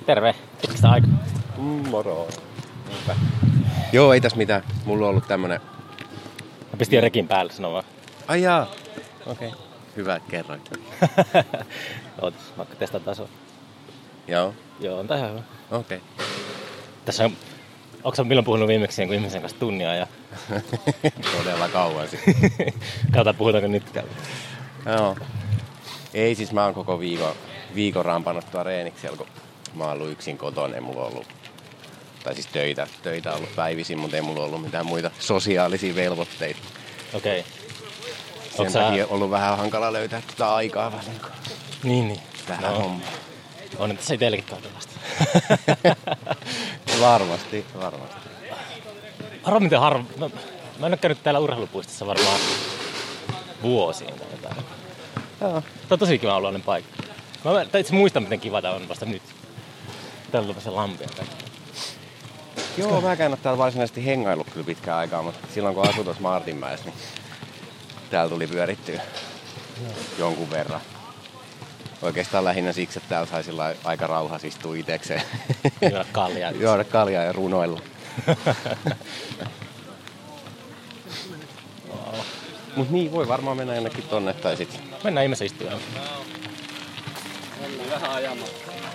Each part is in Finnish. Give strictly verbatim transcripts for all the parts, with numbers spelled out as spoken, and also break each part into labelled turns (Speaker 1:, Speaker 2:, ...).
Speaker 1: Terve. Pitkästä aikaa.
Speaker 2: Mm, moro. Niinpä. Joo, ei tässä mitään. Mulla on ollut tämmönen...
Speaker 1: Mä pistin jo rekin päälle sanoa vaan.
Speaker 2: Ai jaa. Okei. Okay. Hyvä, että kerroit.
Speaker 1: Ootas, vaikka testaan tasoa.
Speaker 2: Joo.
Speaker 1: Joo, on tää ihan hyvä.
Speaker 2: Okei. Okay.
Speaker 1: Tässä on... Onko sä milloin puhunut viimeksi jonkun ihmisen kanssa tunnia ja...
Speaker 2: Todella kauan sitten.
Speaker 1: Katsotaan, puhutaanko nyt.
Speaker 2: Joo. Ei, siis mä oon koko viikon, viikon rampannut tuo reeniksellä, kun mä oon ollut yksin kotona. Ei mulla ollut... Tai siis töitä. Töitä on ollut päivisin, mutta ei mulla ollut mitään muita sosiaalisia velvoitteita.
Speaker 1: Okei.
Speaker 2: Sen
Speaker 1: Onko
Speaker 2: takia
Speaker 1: sä...
Speaker 2: ollut vähän hankala löytää tätä aikaa vähän.
Speaker 1: Niin, niin.
Speaker 2: Tähän
Speaker 1: no.
Speaker 2: hommaan.
Speaker 1: On, että se ei teillekin katsovasti.
Speaker 2: Varmasti, varmasti.
Speaker 1: Harva miten harva. Mä, mä en ole käynyt täällä urheilupuistossa varmaan vuosiin tai jotain.
Speaker 2: Joo.
Speaker 1: Tämä on tosi kiva alueellinen paikka. Mä itse muistan, miten kiva tää on vasta nyt. Täällä on se lampia.
Speaker 2: Joo, mä en ole täällä varsinaisesti hengaillut kyllä pitkään aikaa, mutta silloin kun asuin tuossa Martinmäessä, niin täällä tuli pyörittyä jonkun verran. Oikeastaan lähinnä siksi, että täällä sai sillä aika rauhassa istua itekseen.
Speaker 1: Juoda kaljaa.
Speaker 2: Juoda kaljaa ja runoilla.
Speaker 1: Wow.
Speaker 2: Mut niin, voi varmaan mennä jonnekin tonne tai sit.
Speaker 1: Mennään ihmeessä istumaan.
Speaker 3: Mennään vähän ajamaan.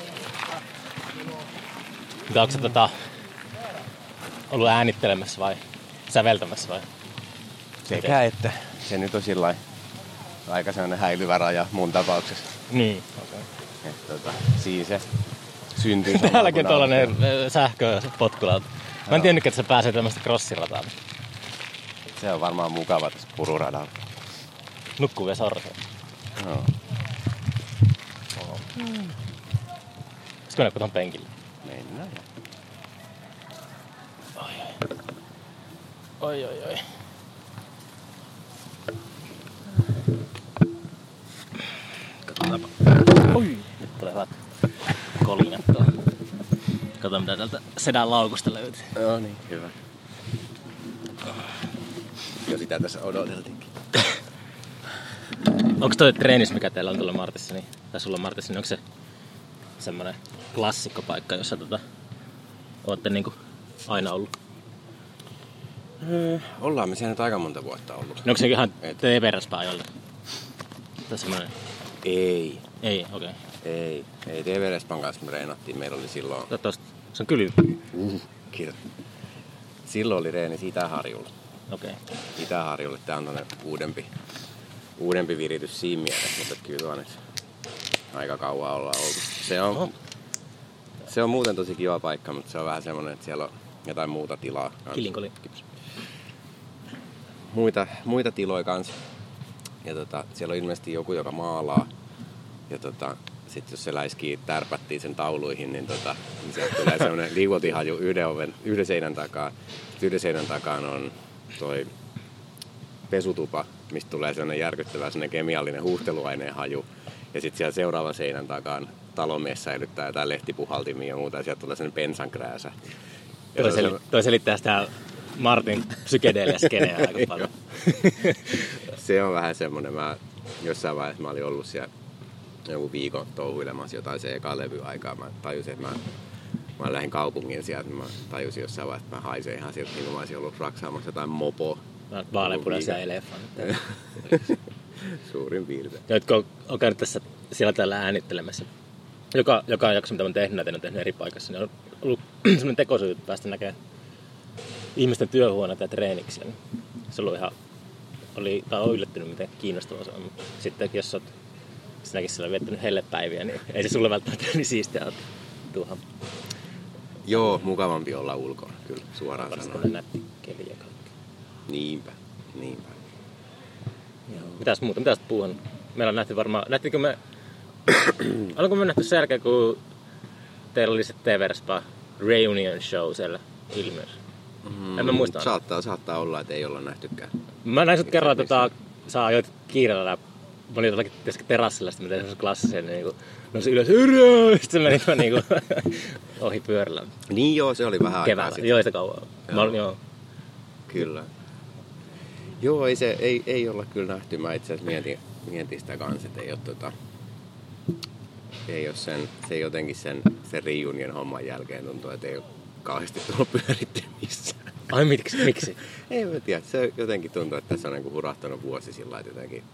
Speaker 1: Mitä onko sä tota, ollut äänittelemässä vai säveltämässä vai?
Speaker 2: Sekä että se nyt on sillain aika sellainen häilyvä raja mun tapauksessa.
Speaker 1: Niin, okei.
Speaker 2: Okay. Tota, siinä se syntyy.
Speaker 1: Täälläkin on tollanen sähköpotkulauta. Mä en tiennytkään, että se pääsee tämmöstä crossirataan.
Speaker 2: Se on varmaan mukava tässä pururadalla.
Speaker 1: Nukkuu vielä sorseen.
Speaker 2: Joo.
Speaker 1: Oho. Mm. Olisiko mennä tuohon penkille?
Speaker 2: Mennään.
Speaker 1: Oi, oi. Oi, oi, oi. Katsotaanpa. Oi, nyt tulee hyvät kolinat tuohon. Katsotaan, mitä täältä sedän laukusta löytyy.
Speaker 2: Joo niin, hyvä. Jo sitä tässä odoteltiinkin.
Speaker 1: Onko toi treenis, mikä teillä on tuolla Martissa, niin, tai sulla Martissa, niin onko se semmonen klassikkopaikka, jossa tota, ootte niinku aina ollut?
Speaker 2: Öö, ollaan me siellä nyt aika monta vuotta ollut.
Speaker 1: No onko se ihan T V-respa-ajoilta? Tai semmonen?
Speaker 2: Ei.
Speaker 1: Ei, okei. Okay.
Speaker 2: Ei. Ei T V-respan kanssa me reenattiin. Meillä oli silloin...
Speaker 1: Tosta, se on kyllä...
Speaker 2: Uh, kiitos. Silloin oli reenis Itä-Harjulla.
Speaker 1: Okei. Okay.
Speaker 2: Itä-Harjulle. Tää on tonne uudempi, uudempi viritys siinä mielessä, mutta kyllä tuo nyt aika kauan ollaan oltu. Se on, oh. se on muuten tosi kiva paikka, mutta se on vähän semmonen, että siellä on jotain muuta tilaa.
Speaker 1: Kilinkoli.
Speaker 2: Muita, muita tiloja kanssa. Ja tota, siellä on ilmeisesti joku, joka maalaa. Ja tota, sit jos se läiskii tärpättiin sen tauluihin, niin, tota, niin sieltä tulee semmonen liuotihaju yhden, oven, yhden seinän takaa. Sitten yhden seinän takaan on toi pesutupa, mistä tulee semmonen järkyttävä semmonen kemiallinen huuhteluaineen haju. Ja sitten siellä seuraavan seinän takaan talomies säilyttää jotain lehtipuhaltimia ja muuta. Ja sieltä tulee semmonen bensankrääsä.
Speaker 1: Toi, sel- se... toi selittää sitä Martin psykedelia-skeneä aika paljon.
Speaker 2: Se on vähän semmonen, mä jossain vaiheessa mä olin ollut siellä joku viikon touhuilemassa jotain se eka levyaikaa. Mä tajusin, että mä, mä lähdin kaupungiin sieltä, mä tajusin jossain vaiheessa, että mä haisen ihan sieltä, niin kuin mä olisin ollut raksaamassa jotain mopoa.
Speaker 1: Vaaleanpunaisia elefantteja.
Speaker 2: Suurin piirtein.
Speaker 1: Ja nyt kun on käynyt tässä siellä täällä äänittelemässä, joka, joka jakso, mitä mä oon tehnyt, näitä on tehnyt eri paikassa, niin on ollut semmoinen tekosyy päästä näkemään ihmisten työhuoneita ja treeniksiä. Se oli ihan, oli, tai on yllättynyt, miten kiinnostavaa se on. Sitten jos sä oot sinäkin siellä viettänyt hellepäiviä, niin ei se sulle välttämättä niin siistiä ole tuohon.
Speaker 2: Joo, mukavampi olla ulkona, kyllä, suoraan sanoen.
Speaker 1: Varsinkin nätti keli ja kaikki.
Speaker 2: Niinpä, niinpä.
Speaker 1: Joo. Mitäs muuta, mitäs puhun? Meillä on nähty varmaan, nähtikö me, oliko me nähty sen jälkeen, kun teillä oli se T V-respa reunion show siellä Ilmiössä? Mm, en mä muista.
Speaker 2: Saattaa, saattaa olla, että ei olla nähtykään.
Speaker 1: Mä näin sut kerran, että tota, sä ajoit kiireellä. Mä olin jotakin terassilla, sitten mä tein semmosen klassisen, niin kuin nousi ylös, yrjää! Sitten mä menin niin kuin, ohi pyörällä.
Speaker 2: Niin joo, se oli vähän
Speaker 1: keväällä.
Speaker 2: aikaa sitten.
Speaker 1: Joo, ei sitä kauan. Mä olin, joo.
Speaker 2: Kyllä. Joo, ei, se, ei, ei olla kyllä nähty. Mä itse asiassa mietin, mietin sitä kanssa, että ei ole tota... ei ole sen, se jotenkin sen, sen reunion homman jälkeen tuntuu, että ei ole kauheasti tullut pyörittyä missään.
Speaker 1: Ai miksi? miksi?
Speaker 2: Ei mä tiedä, se jotenkin tuntuu, että tässä on niin kuin hurahtanut vuosi sillä lailla jotenkin.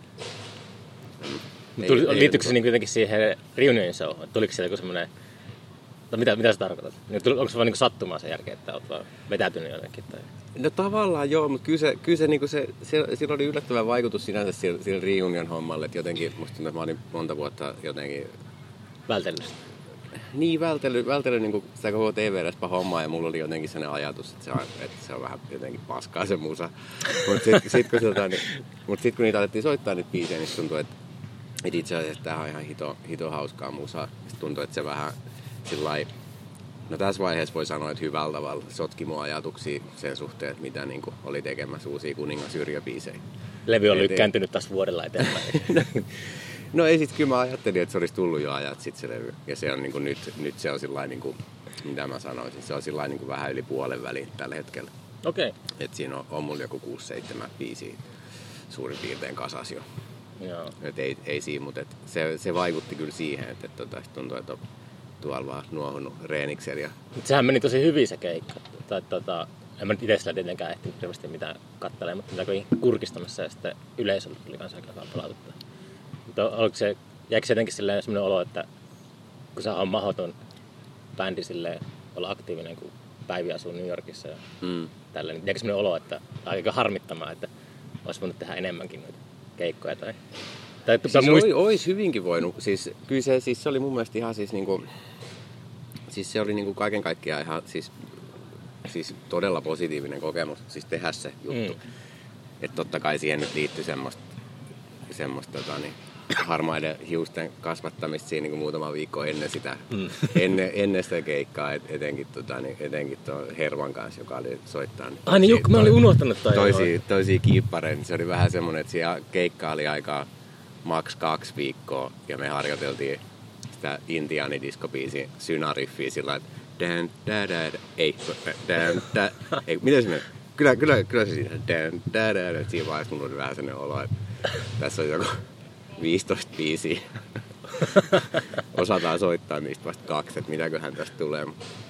Speaker 1: Tuli, ei, liittyykö se niin jotenkin siihen reunion showhun? Tuliko siellä joku semmoinen, no mitä, mitä sä tarkoitat? Onko se vaan niin sattumaa sen jälkeen, että olet vaan vetäytynyt jotenkin? Tai...
Speaker 2: No tavallaan joo, mutta kyllä se, kyllä se, niin se, se sillä oli yllättävä vaikutus sinänsä sillä, sillä reunion hommalle, että jotenkin musta tuntuu, että mä olin monta vuotta jotenkin...
Speaker 1: Vältellyt.
Speaker 2: Niin, vältellyt, vältellyt niin sitä koko T V-respa hommaa ja mulla oli jotenkin sellainen ajatus, että se on, että se on vähän jotenkin paskaa se musa. Mutta sitten sit, kun, niin, mut sit, kun niitä alettiin soittaa niitä biisejä, niin tuntui, että, että itse asiassa tämä on ihan hito, hito hauskaa musaa. Sitten tuntui, että se vähän sillai, no tässä vaiheessa voi sanoa, että hyvällä tavalla sotki mun ajatuksia sen suhteen, että mitä niin kuin, oli tekemässä uusia Kuningas Yrjö-biisejä.
Speaker 1: Levy on lykkääntynyt taas vuodella eteenpäin.
Speaker 2: No ei sit, kyllä mä ajattelin, että se olisi tullut jo ajat sit se levy. Ja se on niin kuin, nyt, nyt se on sillain, niin kuin, mitä mä sanoisin, se on sillain, niin kuin, vähän yli puolen väliin tällä hetkellä.
Speaker 1: Okei. Okay.
Speaker 2: Että siinä on, on mulla joku kuusi seitsemän biisiä suurin piirtein kasas jo.
Speaker 1: Joo.
Speaker 2: Et ei, ei siinä, mutta se, se vaikutti kyllä siihen, että, että, että tuntuu, että on tuolla vaan nuohunut reeniksellä. Ja...
Speaker 1: Sehän meni tosi hyvin se keikka. Tai, tota, en mä nyt itse sillä tietenkään ehtinyt hirveästi mitään katselemaan, mutta mitä kun kurkistamassa ja sitten yleisöltä tuli kanssa aika palautetta. Mutta oliko se, jäikö se jotenkin sellainen olo, että kun sä on mahdoton bändi silleen, olla aktiivinen, kun Päivi asuu New Yorkissa ja mm. tälleen, niin jäikö sellainen olo, että aika harmittamaa, että olisi voinut tehdä enemmänkin noita keikkoja tai... tai
Speaker 2: siis
Speaker 1: muist...
Speaker 2: olisi hyvinkin voinut. Siis, kyllä se, siis se oli mun mielestä ihan siis niinku... Siis se oli niinku kaiken kaikkiaan ihan siis, siis todella positiivinen kokemus, siis tehdä se juttu. Mm. Että totta kai siihen nyt liittyi semmoista, semmoista tota, niin, harmaiden hiusten kasvattamista siinä niin kuin muutama viikko ennen sitä, mm. ennen, ennen sitä keikkaa, et, etenkin, tota, niin, etenkin tuon Hervan kanssa, joka oli soittaa. Niin
Speaker 1: Ai niin, Jukka, mä olin unohtanut toi.
Speaker 2: Toisia, toisia kiippareita, niin se oli vähän semmoinen, että siellä keikka oli aika maks kaksi viikkoa, ja me harjoiteltiin sitä intiaanidiskobiisin synariffiä sillä että dan, da, da, da, ei, dan, da, ei, miten se meni? Kyllä, kyllä, kyllä se siinä, dan, da, da, da, siinä vaiheessa mulla oli vähän sellainen olo, että tässä on joku viisitoista biisiä. Osataan soittaa niistä vasta kaksi, että mitäköhän tästä tulee.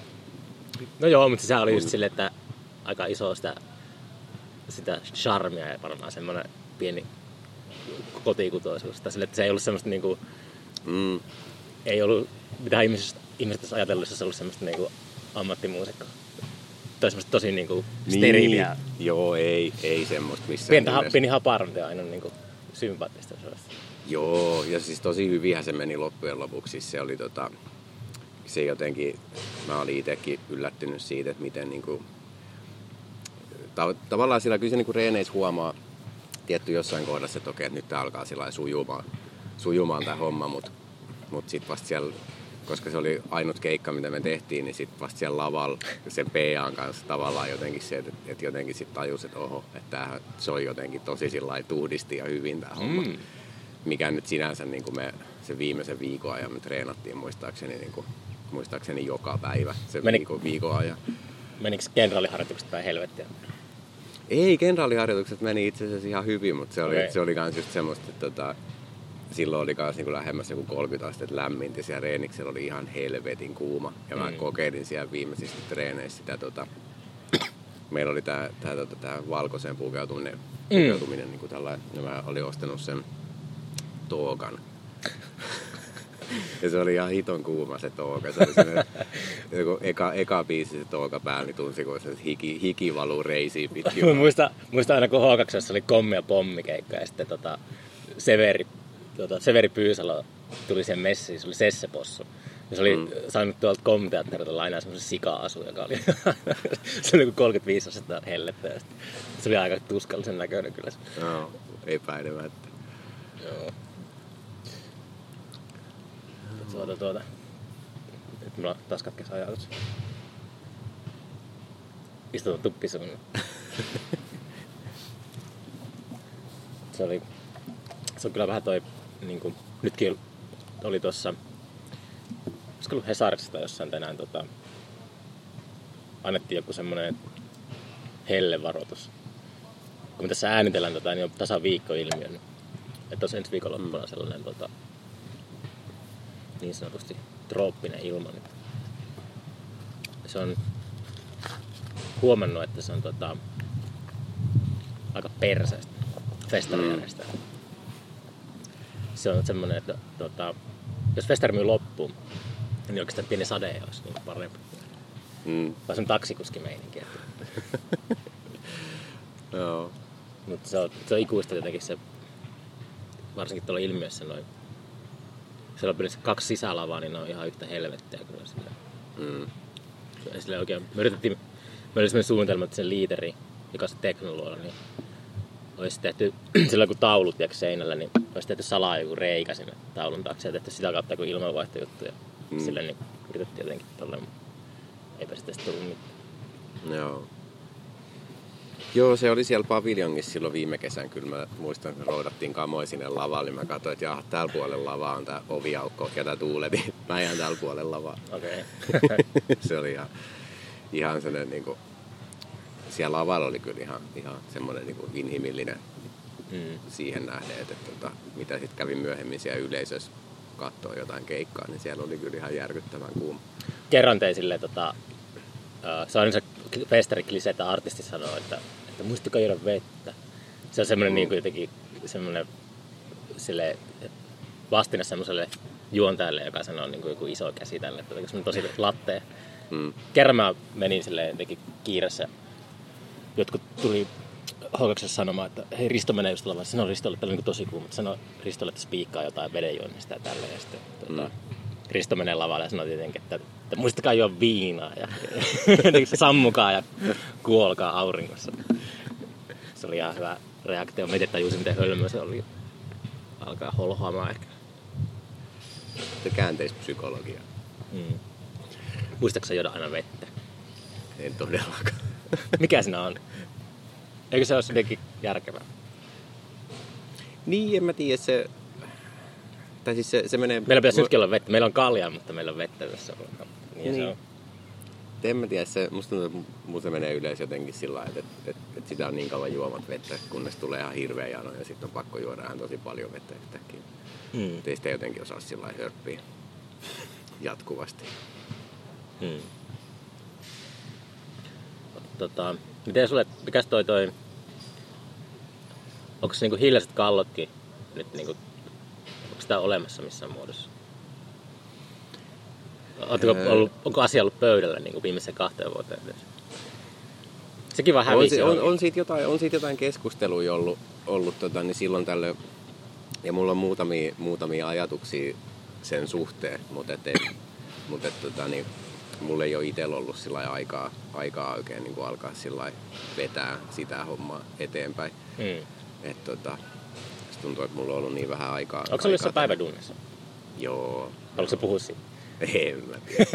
Speaker 1: No joo, mutta se oli just silleen, että aika iso sitä, sitä charmia ja varmaan semmoinen pieni kotikutoisuus. Tai sille, että se ei ollut semmoista niinku, mm. ei ollut, mitä ihmiset, ihmiset tässä ajatellut, jos se ollut semmoista niinku ammattimuusikkoa. Tai semmoista tosi niinku steriiliä.
Speaker 2: Niin, joo, ei, ei semmoista missään
Speaker 1: Pientä, nimessä. Pieni haparonti on aina niinku sympaattista sellaista.
Speaker 2: Joo, ja siis tosi hyvinhän se meni loppujen lopuksi. Siis se oli tota, se jotenkin, mä olin itsekin yllättynyt siitä, että miten niinku, tav- tavallaan sillä kyllä se niinku reeneissä huomaa tietty jossain kohdassa, että okei, että nyt tää alkaa sillä sujumaan, sujumaan tää homma, mutta mut sit vasta siellä, koska se oli ainut keikka, mitä me tehtiin, niin sit vasta siellä lavalla sen P A:n kanssa tavallaan jotenkin se, että, että jotenkin sit tajus, että oho, että tämähän soi jotenkin tosi sillai tuhdisti ja hyvin tää homma. Mm. Mikä nyt sinänsä niin kuin me sen viimeisen viikon ajan me treenattiin muistaakseni, niin kuin, muistaakseni joka päivä sen Meni, viikon, viikon ajan.
Speaker 1: Menikö kenraaliharjoitukset päin helvettiä?
Speaker 2: Ei, kenraaliharjoitukset meni itse asiassa ihan hyvin, mutta se oli, okay. se oli kans just semmoista, että tota, silloin oli kans niin lähemmäs joku kolmekymmentä astetta lämmintä ja siellä reeniksellä oli ihan helvetin kuuma. Ja mä mm. kokeilin siellä viimeisissä treeneissä sitä, tota, meillä oli tää, tää, tota, tää valkoiseen pukeutuminen, mm. pukeutuminen niin kuin tällainen, ja mä olin ostanut sen tookan. Ja se oli ihan hiton kuuma se tooka. Se oli sellainen, joku eka, eka biisi se tooka päällä, niin tunsi, kun se hiki, hiki valuu reisiin pitkin.
Speaker 1: Mä muistan, muistan aina, kun H kaksi oli kommi- ja pommikeikka, ja sitten tota, Severi, tota, Severi Pyysalo tuli siihen messiin, se oli Sessepossu. Ja se oli mm. saanut tuolta komiteatterilta lainaa semmoisen sika-asun, joka oli, se oli kolmekymmentäviisi astetta hellettä. Ja se oli aika tuskallisen näköinen kyllä.
Speaker 2: No, epäilemättä.
Speaker 1: Joo. Tuota, tuota. Nyt mulla taas katkesi ajatus. Istutaan tuppissa minun. Se oli... Se on kyllä vähän toi... Niin kuin, nytkin oli tossa... Olisiko ollut Hesarissa tai jossain tänään tota... Annettiin joku semmonen hellevaroitus. Kun me tässä äänitellään tota, niin on tasan viikko ilmiö. Että on ensi viikonloppuna mm. sellainen tota... niin sanotusti trooppinen ilma. Niin se on huomannut, että se on tota, aika perseestä festarijärjestää. Mm. Se on semmoinen, että tota, jos festari myy loppuun, niin oikeastaan pieni sade olisi niin parempi. Mm. Vai se on taksikuskimeininki.
Speaker 2: Joo.
Speaker 1: Mutta se on, se on ikuista jotenkin se, varsinkin tuolla ilmiössä noin. Siellä on kaksi sisälavaa, niin ne on ihan yhtä helvettiä kyllä sillä. Mm. Sillä oikein, me yritettiin, me oli semmoinen suunnitelma, että sen liiteri, joka on se teknoloilla, niin olisi tehty sillä kun taulut tiedätkö, seinällä, niin olisi tehty salaa joku reikä sinne taulun taakse ja tehty sitä kautta joku ilmanvaihtojuttu. Ja mm. sillä niin yritettiin jotenkin tolleen, eipä sitä sitten tullut mitään.
Speaker 2: Joo. Joo, se oli siellä paviljongissa silloin viime kesän. Kyllä mä muistan, että roudattiin kamoja sinne lavalle. Mä katsoin, että jaha, täällä puolella lavaa on tää oviaukko ja tää tuuletin. Mä jään täällä puolella lavaa.
Speaker 1: Okei.
Speaker 2: Okay. Se oli ihan, ihan sellainen niinku... Siellä lavalla oli kyllä ihan, ihan semmoinen niinku inhimillinen mm. siihen nähden, että, että, että mitä sitten kävi myöhemmin siellä yleisössä katsoo jotain keikkaa, niin siellä oli kyllä ihan järkyttävän kuuma.
Speaker 1: Kerran tein silleen, tota, uh, se on se festariklisee, että artisti sanoo, että, että muistakaa juoda vettä. Se on semmoinen mm. niin kuin jotenkin semmoinen silleen, vastine semmoiselle juontajalle, joka sanoo niin kuin joku iso käsi tälle, että semmoinen tosi lattea. Mm. Kerran mä menin silleen jotenkin kiireessä. Jotkut tuli Hokaksessa sanomaan, että hei Risto menee just lavaan. Sanoi Ristolle, että oli niin tosi kuuma, mutta sanoi Ristolle, että spiikkaa jotain vedenjuonnista ja tälleen. Ja sitten tuota, mm. Risto menee lavalle ja sanoi tietenkin, että, että muistakaa juo viinaa ja sammukaa ja kuolkaa auringossa. Se oli ihan hyvä reaktio. Mietin, että tajusin, miten hölmö se oli. Alkaa holhoamaan ehkä.
Speaker 2: Se käänteispsykologia.
Speaker 1: Mm. Muistatko sä juoda aina vettä?
Speaker 2: En todellakaan.
Speaker 1: Mikä siinä on? Eikö se ole jotenkin järkevää?
Speaker 2: Niin, en mä tiedä. Se... Tai siis se, se menee...
Speaker 1: Meillä pitäisi nytkin olla vettä. Meillä on kaljaa, mutta meillä on vettä tässä. Niin, niin. Se on.
Speaker 2: En mä tiedä. Se, musta tuntuu, että mun se menee yleensä jotenkin sillä lailla, että, että, että, että sitä on niin kauan juomat vettä, kunnes tulee ihan hirveä jano ja sitten on pakko juoda ihan tosi paljon vettä yhtäkkiä. Hmm. Ei sitä jotenkin osaa sillä lailla hörppiä jatkuvasti.
Speaker 1: Hmm. Tota, miten sulle, mikäs toi toi, onko se niinku hiljaiset kallotkin nyt niinku, onko sitä olemassa missään muodossa? Ootko öö. ollut, onko asia ollut pöydällä niinku viimeisen kahteen vuoteen? Sekin vaan hävisi.
Speaker 2: On, on, on, siitä jotain, on siitä jotain keskustelua ollut, ollut tota, niin silloin tällöin, ja mulla on muutamia, muutamia ajatuksia sen suhteen, mutta et, mut et, tota, niin, mulla ei ole itsellä ollut sillä aikaa, aikaa oikein niin kuin alkaa sillä vetää sitä hommaa eteenpäin. Hmm. Et, tota, se tuntuu, että mulla on ollut niin vähän aikaa.
Speaker 1: Onko se ollut jossain päiväduunissa?
Speaker 2: Joo.
Speaker 1: Haluatko sä puhua siitä?
Speaker 2: En mä tiedä.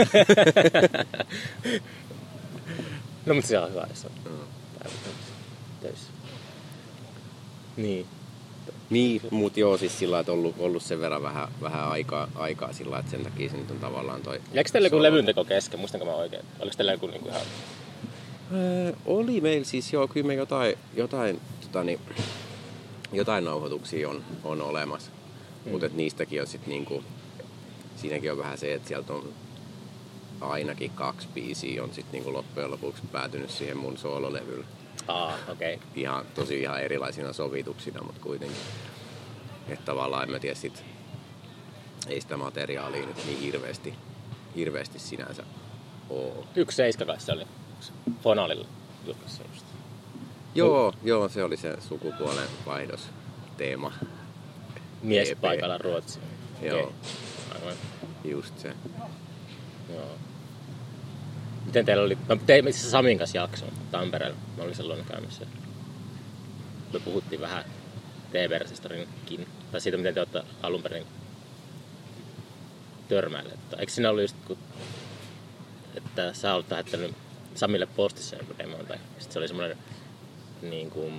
Speaker 1: No mutta se on hyvä, jos on mm. päiväduunissa töissä. Niin.
Speaker 2: Niin, mutta joo, siis sillä että ollut, ollut sen verran vähän, vähän aikaa, aikaa sillä että sen takia se nyt on tavallaan toi...
Speaker 1: Jäikö teillä joku levynteko kesken, muistanko mä oikein? Oliko teillä joku niinku ihan...
Speaker 2: Öö, oli meillä siis joo, kyllä me jotain, jotain, tota, niin, jotain nauhoituksia on, on olemassa, mm. mutta niistäkin on sitten niinku... Siinäkin on vähän se, että sieltä on ainakin kaksi biisiä on sitten niinku loppujen lopuksi päätynyt siihen mun soololevylle.
Speaker 1: Aa, okei. Okay.
Speaker 2: Ihan, tosi ihan erilaisina sovituksina, mutta kuitenkin. Että tavallaan en mä tiedä sit, ei sitä materiaalia nyt niin hirveästi, hirveästi sinänsä oo.
Speaker 1: Yksi seiska kai se oli Fonalilla julkaissa just.
Speaker 2: Joo, joo, se oli se sukupuolen vaihdos teema.
Speaker 1: Mies E P. Paikalla Ruotsi.
Speaker 2: Joo.
Speaker 1: Okay. Aivan.
Speaker 2: Just se.
Speaker 1: Joo. Miten teillä oli? Mä tein itse Samin kanssa jakson Tampereella. Mä olin silloin käymässä. Me puhuttiin vähän T V-resistorinkin. Tai siitä, miten te olette alun perin törmäilleet. Eikö siinä ollut just, kun, että sä olet lähettänyt Samille postissa joku demon, tai sitten se oli semmoinen niin kuin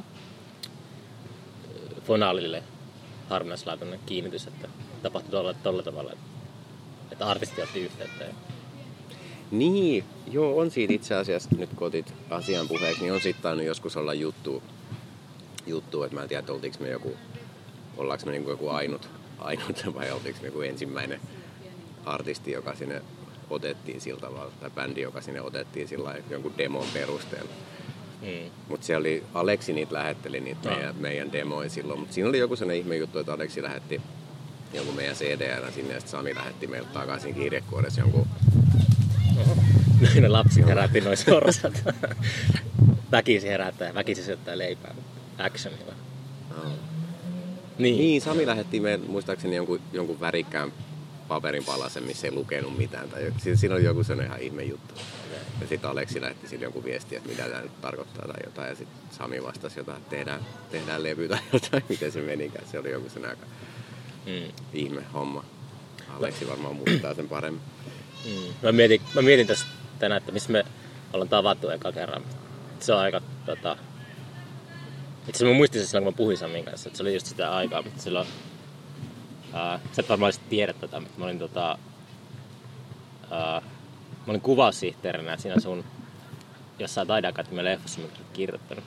Speaker 1: Fonaalille harvinaislaatuinen kiinnitys, että tapahtui tuolla, tuolla tavalla, että artisti otti yhteyttä.
Speaker 2: Niin, joo, on siitä itse asiassa, nyt kun otit asian puheeksi, niin on siitä tainnut joskus olla juttu, juttu että mä en tiedä, että oltiinko me joku, ollaanko me niin kuin joku ainut, ainut vai oltiinko me joku ensimmäinen artisti, joka sinne otettiin sillä tavalla, tai bändi, joka sinne otettiin sillä lailla jonkun demon perusteella. Mm. Mutta se oli, Aleksi niitä lähetteli niitä no. meidän, meidän demoja silloin, mutta siinä oli joku sellainen ihme juttu, että Aleksi lähetti jonkun meidän C D R:n sinne, ja sitten Sami lähetti meiltä takaisin kirjekuoressa jonkun...
Speaker 1: Oho. Ne lapset herätti noin sorsat. Väkisi herättää, väkisi syöttää leipää. Actionilla.
Speaker 2: Oh.
Speaker 1: Niin.
Speaker 2: niin, Sami lähetti meille muistaakseni jonkun, jonkun värikkään paperin palasen, missä ei lukenut mitään. Tai siinä oli joku sellainen ihan ihme juttu. Okay. Ja sitten Aleksi lähetti sille jonkun viesti, että mitä tämä nyt tarkoittaa tai jotain. Ja sitten Sami vastasi jotain, että tehdään, tehdään levy tai jotain, miten se menikään. Se oli joku sellainen aika mm. ihme homma. Aleksi varmaan muistaa sen paremmin.
Speaker 1: Mm. Mä, mietin, mä mietin tässä tänään, että missä me ollaan tavattu eka kerran. Se on aika... Tota... Itse asiassa mä muistin sen silloin, kun mä puhuin Samin kanssa, että se oli just sitä aikaa, mutta silloin... Ää, sä et varmaan tiedä tätä, mutta mä olin tota... Ää, mä olin kuvaussihteerinä siinä sun jossain Taideakatemian leffassa, mä olin kirjoittanut.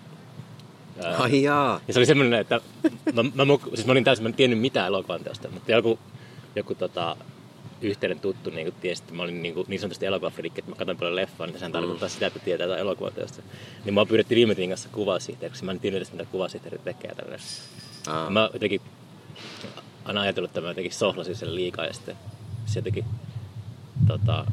Speaker 1: Ää,
Speaker 2: Ai jaa!
Speaker 1: Ja se oli semmoinen, että... Mä, mä, mä, siis mä olin täysin, mä en tiennyt mitään elokuvan teosta, mutta joku... joku tota, yhteinen tuttu niin tiesi, että mä olin niin, niin sanotusti elokuvafrikki, että mä katsoin paljon leffaa, niin sehän tarkoittaa mm. sitä, että tietää jotain elokuvateosta. niin mä pyydettiin viime tingassa kuvaussihteeriksi. Mä en tiedä edes, mitä kuvaussihteeri tekee tällainen. Ah. Mä jotenkin aina ajatellut, että mä jotenkin sohlasin sen liikaa ja sitten se jotenkin tota,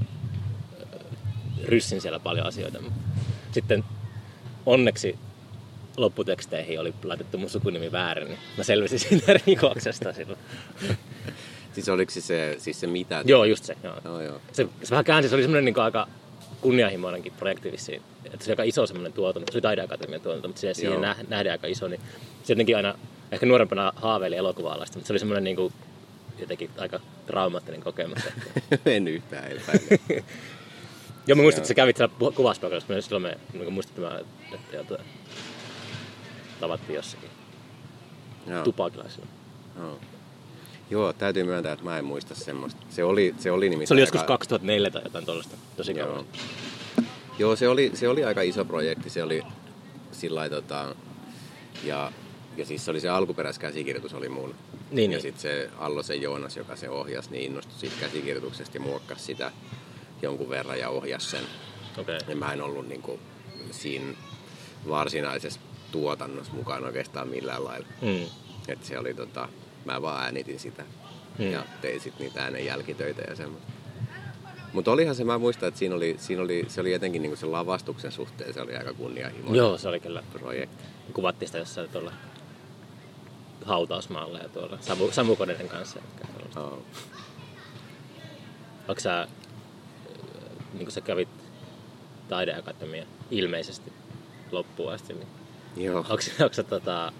Speaker 1: ryssin siellä paljon asioita. Sitten onneksi lopputeksteihin oli laitettu mun sukunimi väärin, niin mä selvisin siitä rikoksesta silloin.
Speaker 2: Siis oliko se, siis se mitä?
Speaker 1: Joo, just se. Joo.
Speaker 2: Oh, joo.
Speaker 1: Se, se vähän käänsi, se oli semmoinen niin aika kunnianhimoinenkin projekti vissiin. Että se oli aika iso semmoinen tuotanto, se oli Taideakatemian tuotanto, mutta siihen, siihen nähden aika iso. Niin se jotenkin aina, ehkä nuorempana haaveili elokuva-alasta, mutta se oli semmoinen niin kuin, jotenkin aika traumaattinen kokemus.
Speaker 2: En yhtään epäile.
Speaker 1: Joo, mä muistin, että sä kävit siellä kuvauspaikalla, silloin me niin muistin, että, että tavattiin jossakin tupakilaisilla.
Speaker 2: Joo. Joo, täytyy myöntää, että mä en muista semmoista. Se oli, se oli nimittäin...
Speaker 1: Se oli joskus aika... kaksituhattaneljä tai jotain tollaista, tosi kauan.
Speaker 2: Joo, Joo se, oli, se oli aika iso projekti. Se oli sillai tota... Ja, ja siis se oli se alkuperäiskäsikirjoitus oli mun.
Speaker 1: Niin,
Speaker 2: ja
Speaker 1: niin.
Speaker 2: sitten se Allosen Joonas, joka se ohjasi, niin innostui siitä käsikirjoituksesta ja muokkasi sitä jonkun verran ja ohjasi sen.
Speaker 1: Okay.
Speaker 2: Ja mä en ollut niinku siinä varsinaisessa tuotannossa mukaan oikeastaan millään lailla. Mm. Että se oli tota... Mä vaan äänitin sitä hmm. ja tein sit niitä äänen jälkitöitä ja semmoista. Mutta olihan se, mä muistan, että siinä oli, siinä oli, se oli etenkin niinku sen lavastuksen suhteen, se oli aika kunnianhimoinen.
Speaker 1: Joo, se oli kyllä
Speaker 2: projekti.
Speaker 1: Kuvattiin sitä jossain tuolla hautausmaalla ja tuolla Samu, Samu Kodenen kanssa.
Speaker 2: Oh.
Speaker 1: Onko sä, niin kuin sä kävit Taideakatemian ilmeisesti loppuun asti, niin
Speaker 2: Joo.
Speaker 1: onko, onko sä tota,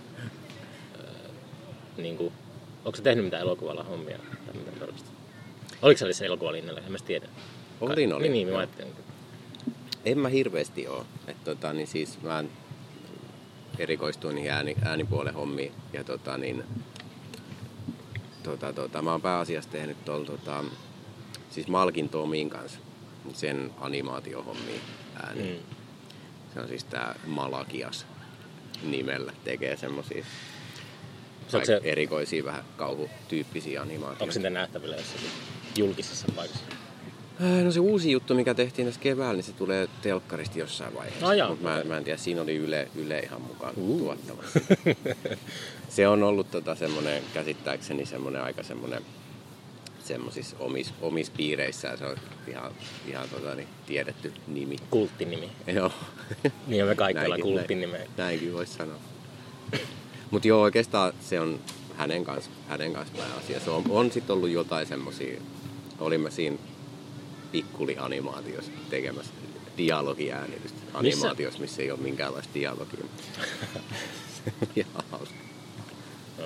Speaker 1: niin kuin, onko sä tehnyt mitään elokuvalla hommia tai mitään tällaista? Oliko sä se elokuvalinnalla? En mä tiedä.
Speaker 2: Olin, olin.
Speaker 1: Niin, niin, mä ajattelin.
Speaker 2: En mä hirveästi oo. Että tota, niin siis mä erikoistuin niihin ääni, äänipuolen hommiin. Ja tota niin... Tota, tota, mä oon pääasiassa tehnyt tuolla tota... Siis Malkin Tomin kanssa sen animaatiohommiin ääni. Mm. Se on siis tää Malakias nimellä. Tekee semmosia... Se... erikoisia vähän kauhutyyppisiä animaatioita.
Speaker 1: Onko se nähtävillä jossakin julkisessa paikassa?
Speaker 2: No se uusi juttu, mikä tehtiin tässä keväällä, niin se tulee telkkarista jossain vaiheessa.
Speaker 1: No,
Speaker 2: mutta mä, mä en tiedä, siinä oli Yle, Yle ihan mukaan uh. tuottamassa. Se on ollut tota semmoinen, käsittääkseni semmoinen aika semmoinen semmoisissa omis, omis piireissä. Se on ihan, ihan tota, niin, tiedetty nimi.
Speaker 1: Kulttinimi.
Speaker 2: Joo.
Speaker 1: Niin me kaikki ollaan kulttinimeä.
Speaker 2: Näin, näinkin voisi sanoa. Mutta joo, oikeastaan se on hänen kanssa, hänen kanssa asia. Se on, on sitten ollut jotain semmosia, olimme siinä pikkuli-animaatiossa tekemässä dialogiäänitystä. Animaatiossa, missä ei ole minkäänlaista dialogia. Ihan hauska.
Speaker 1: No.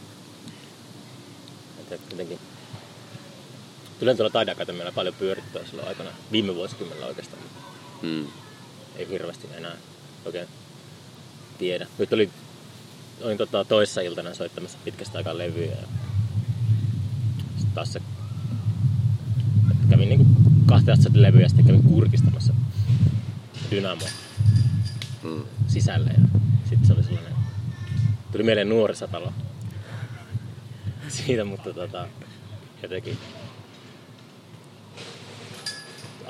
Speaker 1: Jotenkin. Tulen tuolla Taideakatemialla paljon pyörittyä silloin aikana, viime vuosikymmenellä oikeastaan. Hmm. Ei hirveästi enää oikein tiedä. Nyt oli Olin tota toissa iltana soittamassa pitkästä aikaa levyjä ja sitten taas se, kävin niinku kahteen asti levyjä ja sitten kävin kurkistamassa Dynamo mm. sisälle ja sitten se oli sellainen, tuli mieleen Nuorisatalo siitä, mutta tota jotenkin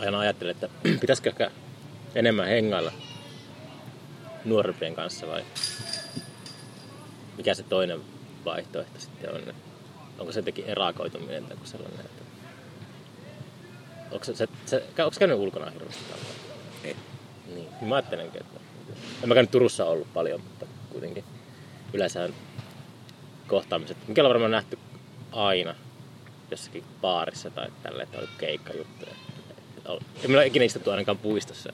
Speaker 1: aina ajattelen, että pitäisikö ehkä enemmän hengailla nuorempien kanssa vai mikä se toinen vaihtoehto sitten on. Onko se jotenkin erakoituminen tai sellainen, että onko, se, se, se, onko käynyt ulkona hirveästi tavalla?
Speaker 2: Ei.
Speaker 1: Niin, mä ajattelenkin, että en mä käynyt Turussa ollut paljon, mutta kuitenkin yleensä kohtaamiset, mikä on varmaan nähty aina jossakin baarissa tai tälleen, että on keikkajuttuja. En mä ole ikinä istuttu ainakaan puistossa.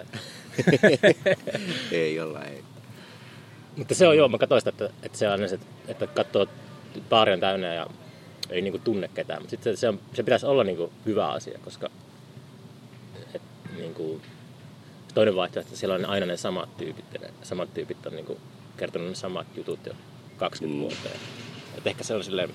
Speaker 2: Ei olla, ei.
Speaker 1: Mutta se on joo, mä katsoin sitä, että, että se on se, että katsoo, baari on täynnä ja ei niinku tunne ketään. Mutta sitten se, se, on, se pitäisi olla niinku hyvä asia, koska et, niinku, toinen vaihtoehto, että siellä on aina ne samat tyypit. Ja ne samat tyypit on niinku kertonut ne samat jutut jo kaksikymmentä mm. vuotta. Että ehkä se on silleen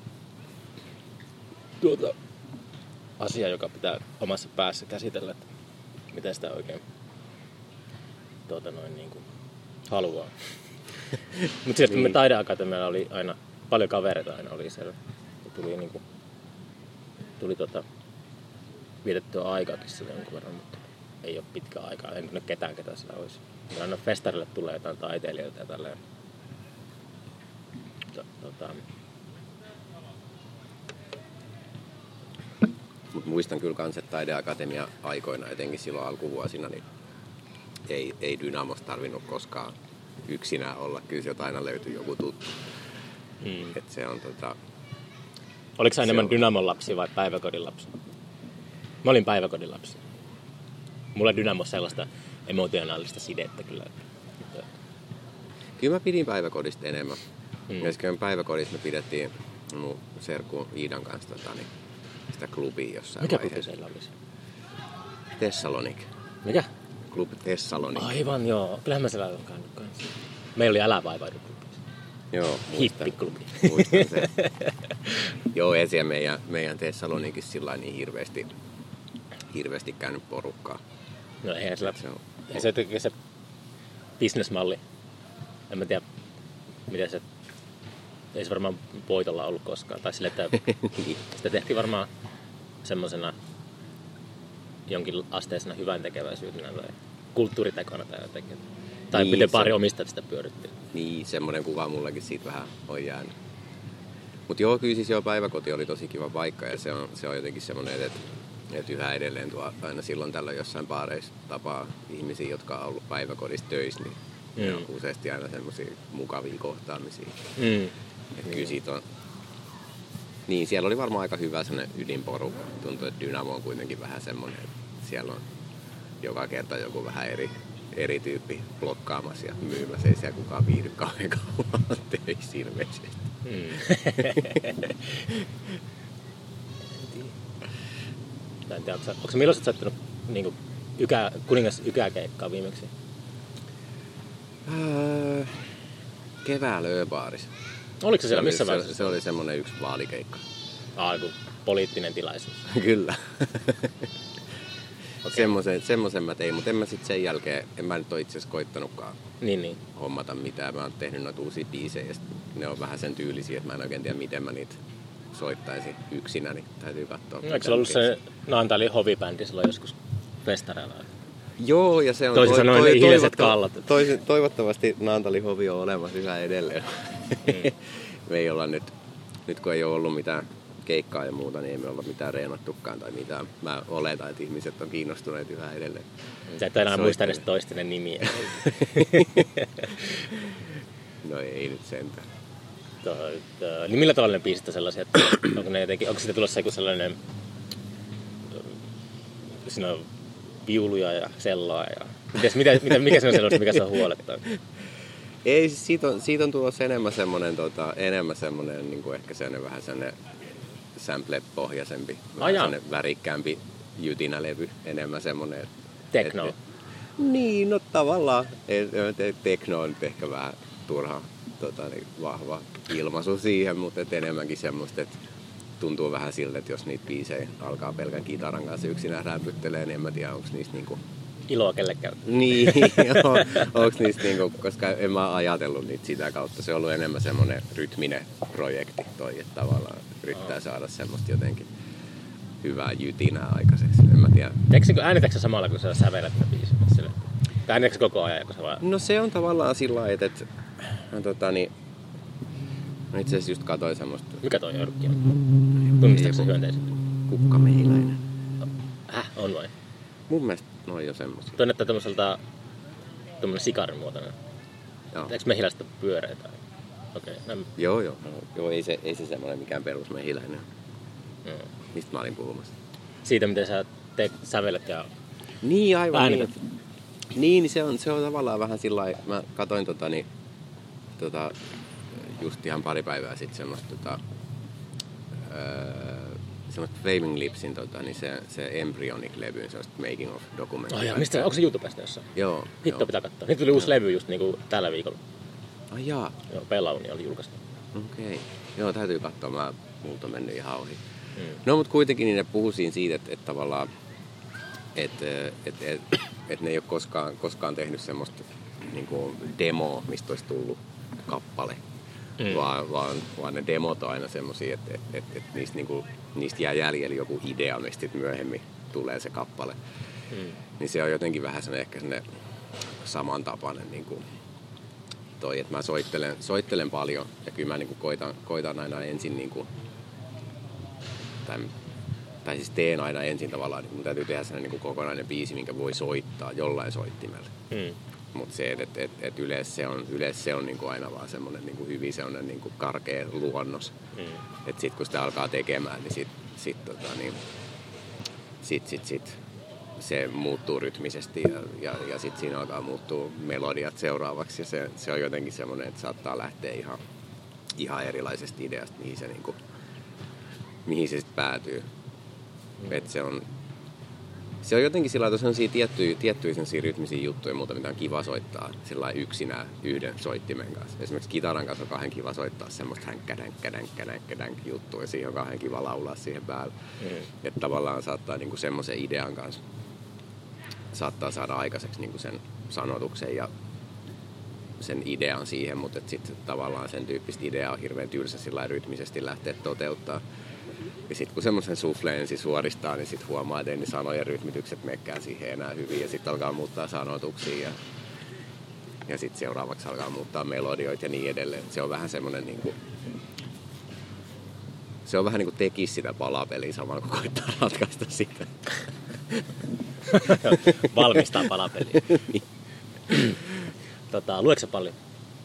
Speaker 1: tuota, asia, joka pitää omassa päässä käsitellä, että miten sitä oikein tuota, noin, niin kuin, haluaa. Mutta sitten me taideakatemialla oli aina paljon kavereita aina oli siellä. Ja tuli, niin kuin, tuli tota, vietettyä aikaakin sillä jonkun verran, mutta ei ole pitkä aikaa. En tunne ketään, ketä siellä olisi. Ja aina festarille tulee jotain taiteilijoita ja tälleen. Tota,
Speaker 2: Mut muistan kyllä kans, että taideakatemia aikoina, etenkin silloin alkuvuosina, niin ei, ei Dynamosta tarvinnut koskaan yksinään olla. Kyllä sieltä aina löytyy joku tuttu. Mm. Et se on, tota,
Speaker 1: oliko sä enemmän
Speaker 2: on...
Speaker 1: Dynamon lapsi vai päiväkodin lapsi? Mä olin päiväkodin lapsi. Mulla on Dynamo sellaista emotionaalista sidettä kyllä.
Speaker 2: Kyllä mä pidin päiväkodista enemmän.
Speaker 1: Mm.
Speaker 2: Ja sitten päiväkodissa me pidettiin mun serkun Iidan kanssa tota, niin sitä klubia jossain
Speaker 1: mikä
Speaker 2: vaiheessa.
Speaker 1: Mikä klubi teillä olisi?
Speaker 2: Thessalonik.
Speaker 1: Mikä?
Speaker 2: Klub Thessalonik.
Speaker 1: Aivan joo. Kyllähän mä siellä olen käynyt kanssa. Meillä oli Älä vaivaudu klubi.
Speaker 2: Joo, muistan.
Speaker 1: Hippiklubi.
Speaker 2: Muistan se. Joo, ei siellä meidän, meidän Thessalonikissa sillä niin hirveästi, hirveästi käynyt porukkaa.
Speaker 1: No eihän sillä,
Speaker 2: se on...
Speaker 1: ei se jotenkin se bisnesmalli. En mä tiedä, miten se, ei se varmaan voitolla ollut koskaan. Tai sille, että sitä tehtiin varmaan semmosena jonkin asteisena hyvän tekeväisyytenä tai kulttuuritekona tai jotenkin. Tai niin, miten pari se... omistajat sitä pyörittiin.
Speaker 2: Niin, semmoinen kuva mullakin siitä vähän on jäänyt. Mut joo, kyllä siis joo, päiväkoti oli tosi kiva paikka ja se on, se on jotenkin semmoinen, että, että yhä edelleen tuo aina silloin tällöin jossain baareissa tapaa ihmisiä, jotka on ollut päiväkodissa töissä, niin mm. ne on useasti aina semmoisia mukavia kohtaamisia. Mm. Että kyllä siitä on... Niin, siellä oli varmaan aika hyvä semmoinen ydinporukka. Tuntuu, että Dynamo on kuitenkin vähän semmoinen, että siellä on joka kerta joku vähän eri, eri tyyppi blokkaamassa ja myymässä. Ei siellä kukaan viihdy kauhean kauan töissä ilmeisesti. Mm.
Speaker 1: En tiedä, onko, onko milloin olet sattunut niin ykä, kuningas ykäkeikkaa viimeksi?
Speaker 2: Öö, keväällä Öbaarissa.
Speaker 1: Oliko se siellä
Speaker 2: se
Speaker 1: missä
Speaker 2: oli,
Speaker 1: vaiheessa?
Speaker 2: Se, se oli semmoinen yksi vaalikeikka.
Speaker 1: Ah, joku poliittinen tilaisuus.
Speaker 2: Kyllä.
Speaker 1: Okay.
Speaker 2: Semmoisen, semmoisen mä tein, mutta en mä sitten sen jälkeen, en mä nyt ole itse asiassa koittanutkaan
Speaker 1: niin, niin.
Speaker 2: hommata mitään. Mä oon tehnyt noita uusia biisejä ja ne on vähän sen tyylisiä, että mä en oikein tiedä, miten mä niitä soittaisin yksinä, niin täytyy katsoa.
Speaker 1: No, eikö se ollut se Naantalin hovibändi silloin joskus festareilla?
Speaker 2: Joo, ja se on...
Speaker 1: Toisin sanoen toi, hiljaiset kallat.
Speaker 2: Toi, toivottavasti Naantalin hovi on olemassa yhä edelleen. Mm. Me ei olla nyt, nyt kun ei ole ollut mitään keikkaa ja muuta, niin ei me olla mitään reenattukaan tai mitään. Mä oletan, että ihmiset on kiinnostuneet yhä edelleen.
Speaker 1: Sä et enää muista edes toistinen nimiä.
Speaker 2: No ei nyt sentään.
Speaker 1: To, to, niin millä tavalla ne biisit on sellaisia, että onko, ne jotenkin, onko siitä tulossa joku sellainen, siinä on viuluja ja selloa ja mites, mitä, mitä, mikä se on sellaista, mikä se on huolettaa?
Speaker 2: Ei, siitä on, siitä on tulossa enemmän semmoinen, tota, enemmän semmoinen, niin kuin ehkä sellainen vähän sellainen sample-pohjaisempi, vähän sellainen värikkäämpi jytinälevy, enemmän semmoinen.
Speaker 1: Tekno?
Speaker 2: Et, niin, no tavallaan. Tekno on nyt ehkä vähän turha tota, niin, vahva ilmaisu siihen, mutta et enemmänkin semmoista, että tuntuu vähän siltä, että jos niitä biisejä alkaa pelkän kitaran kanssa yksinään rämpyttelee, niin en mä tiedä, onko niistä niinku...
Speaker 1: Iloa kellekään.
Speaker 2: Niin, onko niistä niinku, koska en mä ajatellut niitä sitä kautta. Se on ollut enemmän semmoinen rytminen projekti toi, että tavallaan yrittää saada semmoista jotenkin hyvää jytinää aikaiseksi. En mä tiedä.
Speaker 1: Äänitätkö samalla, kun sä sävelet ne biisit? Tai äänitätkö koko ajan, kun sä vaan...
Speaker 2: No se on tavallaan sillä lailla, että... että no, tota, niin, no itse asiassa just katsoin semmoista...
Speaker 1: Mikä toi örkki on? Tunnistatko se hyönteiset?
Speaker 2: Kukkamehiläinen.
Speaker 1: Häh, on vai?
Speaker 2: Mun mielestä ne on jo semmosia.
Speaker 1: Toi näyttää tommoselta... Tommonen sikarin muotoinen.
Speaker 2: Joo.
Speaker 1: Eikö mehiläistä pyöreitä? Okei. Okay,
Speaker 2: joo, joo. Joo, ei se, ei se semmoinen mikään perusmehiläinen.
Speaker 1: Mm.
Speaker 2: Mistä mä olin puhumassa?
Speaker 1: Siitä, miten sä teet sävelet ja...
Speaker 2: Niin, aivan
Speaker 1: äänität.
Speaker 2: niin. Niin, niin se on, se on tavallaan vähän sillä lailla... Mä katoin tota, niin, tota, just ihan pari päivää sitten semmoista... Tota, öö, semmoista Flaming Lipsin, tota, niin se, se Embryonic-levy, semmoista making of dokumenttia.
Speaker 1: Oh, ja mistä, onko se YouTubesta jossain?
Speaker 2: Joo.
Speaker 1: Hitto
Speaker 2: joo.
Speaker 1: pitää katsoa. Nyt tuli uusi levy just niinku tällä viikolla.
Speaker 2: Ai jaa.
Speaker 1: Joo, Pelauni oli julkaistu.
Speaker 2: Okei. Okay. Joo, täytyy katsoa. Mä, multa on mennyt ihan ohi.
Speaker 1: Mm.
Speaker 2: No, mutta kuitenkin niin ne puhuu siinä siitä, että, että tavallaan, että, että, että, että ne ei ole koskaan, koskaan tehnyt semmoista niin kuin demoa, mistä olisi tullut kappale. Mm. Vaan, vaan, vaan ne demot on aina semmosia, että, että, että, että niistä, niin kuin, niistä jää jäljellä joku idea, mistä sitten myöhemmin tulee se kappale. Mm. Niin se on jotenkin vähän sellainen, ehkä sellainen samantapainen niin kuin toi, että mä soittelen, soittelen paljon ja kyllä mä niin kuin koitan, koitan aina ensin niin kuin, tai, tai siis teen aina ensin tavallaan, niin mun täytyy tehdä sellainen niin kuin kokonainen biisi, minkä voi soittaa jollain soittimella. Mm. Mutta se, että et, et yleensä se on, yleensä se on niinku aina vaan semmoinen niinku hyvin semmoinen niinku karkea luonnos. Mm. Että sitten kun sitä alkaa tekemään, niin sit, sit, tota, niin, sit, sit, sit se muuttuu rytmisesti ja, ja, ja sitten siinä alkaa muuttua melodiat seuraavaksi. Ja se, se on jotenkin semmoinen, että saattaa lähteä ihan, ihan erilaisesta ideasta, mihin se, niinku, mihin se sitten päätyy. Mm. Että se on... Se on jotenkin sillä lailla, että on tiettyjä, tiettyjä rytmisiä juttuja ja muuta, mitä on kiva soittaa sillä yksinään yhden soittimen kanssa. Esimerkiksi kitaran kanssa on kahden kiva soittaa semmoista hänkkä-dänkkä-dänkkä-dänkkä juttua ja siihen on kahden kiva laulaa siihen päälle. Mm. Että tavallaan saattaa niinku semmoisen idean kanssa saattaa saada aikaiseksi niinku sen sanotuksen ja sen idean siihen, mutta sitten tavallaan sen tyyppistä ideaa on hirveän tylsä sillä lailla rytmisesti lähteä toteuttaa. Ja sitten kun semmoisen sufleen ensin suoristaa, niin sitten huomaa, että ei ne sanojen rytmitykset mekkään siihen enää hyvin. Ja sitten alkaa muuttaa sanotuksia ja, ja sitten seuraavaksi alkaa muuttaa melodioita ja niin edelleen. Se on vähän semmoinen niin kuin, se on vähän niin kuin tekisi sitä palapeliä samalla kun koittaa ratkaista sitä.
Speaker 1: Valmistaa palapeliä. Niin. tota, luetko sä paljon?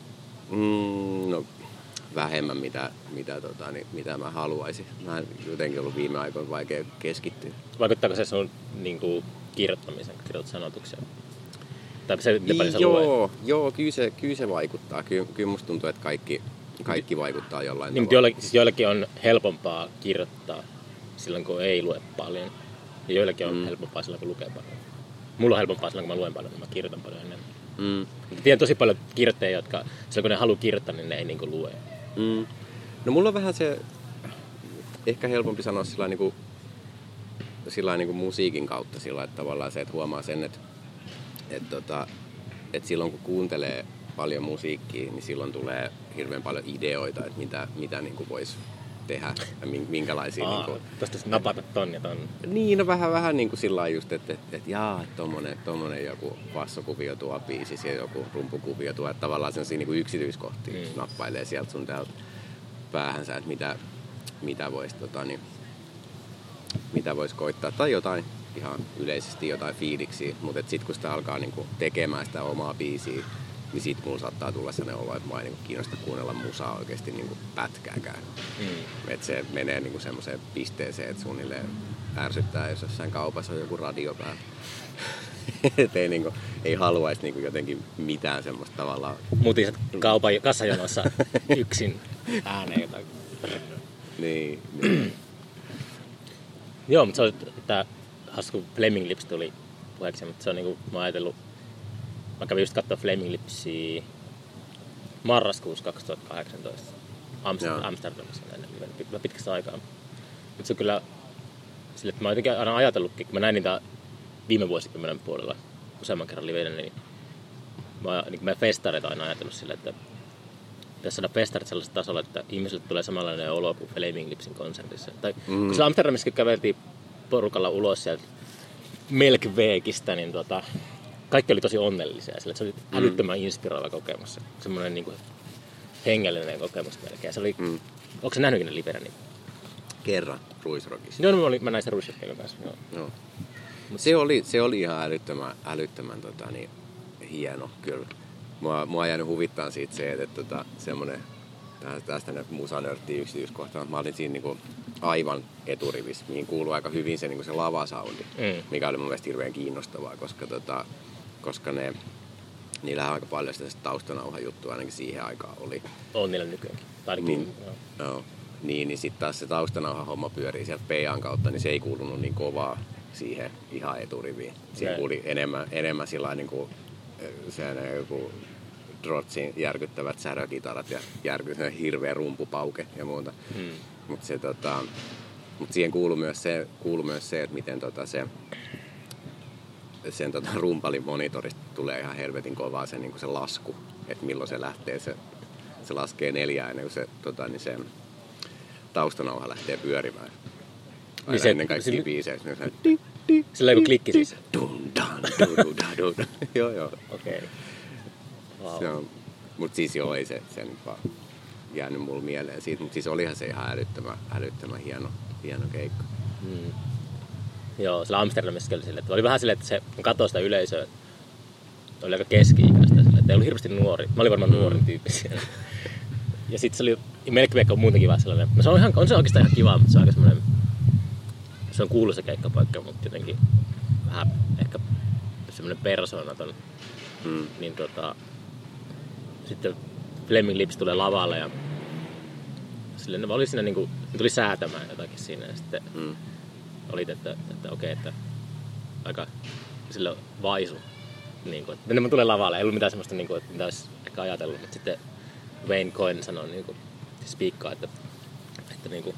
Speaker 2: Mm, no vähemmän mitä, mitä, tota, niin, mitä mä haluaisin. Mä en jotenkin ollut viime aikoina vaikea keskittyä.
Speaker 1: Vaikuttaako se sun niin kuin, kirjoittamisen, kun kirjoitat sanotuksia? Tai se, miten paljon sä
Speaker 2: joo,
Speaker 1: luet?
Speaker 2: joo kyllä, se, kyllä se vaikuttaa. Kyllä, kyllä musta tuntuu, että kaikki, kaikki vaikuttaa jollain
Speaker 1: niin,
Speaker 2: tavalla.
Speaker 1: Joillekin, siis joillekin on helpompaa kirjoittaa silloin, kun ei lue paljon. Ja joillekin on mm. helpompaa silloin, kun lukee paljon. Mulla on helpompaa silloin, kun mä luen paljon, niin mä kirjoitan paljon enemmän. Mm. Tiedän tosi paljon kirjoittajia, jotka silloin, kun ne haluaa kirjoittaa, niin ne ei niin kuin lue.
Speaker 2: Mm. No mulla on vähän se, ehkä helpompi sanoa sillä niin kuin, sillä niin kuin musiikin kautta sillä että tavallaan se, että huomaa sen, että, että, että, että silloin kun kuuntelee paljon musiikkia, niin silloin tulee hirveän paljon ideoita, että mitä, mitä niin kuin voisi tehdä ja minkälaisia...
Speaker 1: Aa,
Speaker 2: niin kuin,
Speaker 1: tosta napata ton ja ton.
Speaker 2: Niin, no vähän, vähän niin kuin sillä just, että, että, että jaa, että tommonen, tommonen joku bassokuvio tuo biisissä ja joku rumpukuvio tuo, että tavallaan sellaisia niin kuin yksityiskohtia mm. nappailee sieltä sun täältä päähänsä, että mitä, mitä voisi tota, niin, mitä vois koittaa tai jotain ihan yleisesti jotain fiiliksiä, mutta sitten kun sitä alkaa niin kuin tekemään sitä omaa biisiä, niin sit mulla saattaa tulla sellainen olo, että mä en niin kiinnosta kuunnella musaa oikeesti niin pätkääkään. Mm. Että se menee niin semmoiseen pisteeseen, että suunnilleen ärsyttää, jos jossain kaupassa on joku radio päällä. Että ei, niin kuin, ei haluaisi niin jotenkin mitään semmoista tavallaan...
Speaker 1: Mutiset kaupan kassajonossa yksin ääneen jotain.
Speaker 2: Niin, niin.
Speaker 1: Joo, mutta se on tää hasku Flaming Lips tuli puheeksi, mutta se on niinku, mä oon ajatellut, mä kävin just katsoa Flaming Lipsia marraskuussa kaksituhattakahdeksantoista Amst- Amsterdamissa ennen pitkästä aikaa. Mutta se on kyllä sille, että mä oon jotenkin aina ajatellutkin, kun mä näin niitä viime vuosikymmenen puolella useamman kerran liveinä, niin mä, niin mä festareita aina ajatellut sille, että pitäisi saada festarit sellaisella tasolla, että ihmisille tulee samanlainen olo kuin Flaming Lipsin konsertissa. Tai mm. kun sillä Amsterdamissa käveltiin porukalla ulos sieltä Melkveekistä, niin tota, kaikki oli tosi onnellisia. Sillä se oli mm. älyttömän inspiroiva kokemus. Semmoinen niin kuin hengellinen kokemus melkein. Se oli, mm. Onko se nähnyt ikinä livenä? Niin?
Speaker 2: Kerran Ruisrockissa.
Speaker 1: Joo, no, mä, olin, mä näin sen Ruisrockin kanssa. Joo.
Speaker 2: No. Se, oli, se oli ihan älyttömän, älyttömän tota, niin, hieno kyllä. Mua, mua on jäänyt huvittaa siitä se, että, että tota, semmoinen tästä näitä musanörttiä yksityiskohtaa. Mä olin siinä niinku aivan eturivissä, mihin kuuluu aika hyvin se, niinku se lavasoundi, mm. mikä oli mun mielestä hirveän kiinnostavaa, koska, tota, koska ne, niillähän aika paljon sitä taustanauhan juttua ainakin siihen aikaan oli.
Speaker 1: On niillä nykyäänkin.
Speaker 2: Niin, no, niin, niin sitten taas se taustanauhan homma pyörii sieltä P A:n kautta, niin se ei kuulunut niin kovaa siihen ihan eturiviin. Siinä kuuli enemmän, enemmän sillä niinku, sehän joku Drotsin järkyttävät särökitarat ja järkyttävä hirveä rumpupauke ja muuta. Hmm. Mutta se, tota, mut siihen kuuluu myös se, kuuluu myös se että miten tota se, sen tota rumpalin monitorista tulee ihan helvetin kovaa se, niin se lasku, että milloin se lähtee. Se, se laskee neljää ennen kuin se, tota, niin se taustanauha lähtee pyörimään. Aina niin se, ennen kaikkia se, biiseissä. Niin se,
Speaker 1: sillä joku klikki siis?
Speaker 2: Dun, dan, du, du, da, du. Joo, joo.
Speaker 1: Okei. Okay. Wow.
Speaker 2: Mutta siis joo, ei se, se nyt vaan jäänyt mulle mieleen siitä. Mutta siis olihan se ihan älyttömän, älyttömän hieno, hieno keikka.
Speaker 1: Hmm. Joo, sillä Amsterdamissa oli silleen, että oli vähän silleen, että se katsoi sitä yleisöä. Oli aika keski-ikäistä silleen, että ei ollut hirveästi nuori. Mä olin varmaan nuorin tyyppi siellä. Ja sit se oli, Melkveek on muutenkin vähän sellainen. No se on, ihan, on se oikeastaan ihan kiva, mutta se on aika semmoinen, se on kuuluisa keikkapaikka, mutta jotenkin vähän ehkä semmoinen persoonaton. Hmm. Niin tota, sitten Flaming Lips tulee lavalle ja silleen ne oli siinä niinku, ne tuli säätämään jotakin siinä ja sitten hmm. oli, että, että okei, että aika sillä vaisu. Niinku, että ne tulee lavalle, ei ollut mitään semmoista, niinku, että mitä olisi ehkä ajatellut, mutta sitten Wayne Coyne sanoi, niinku, spiikkaa, että, että niinku,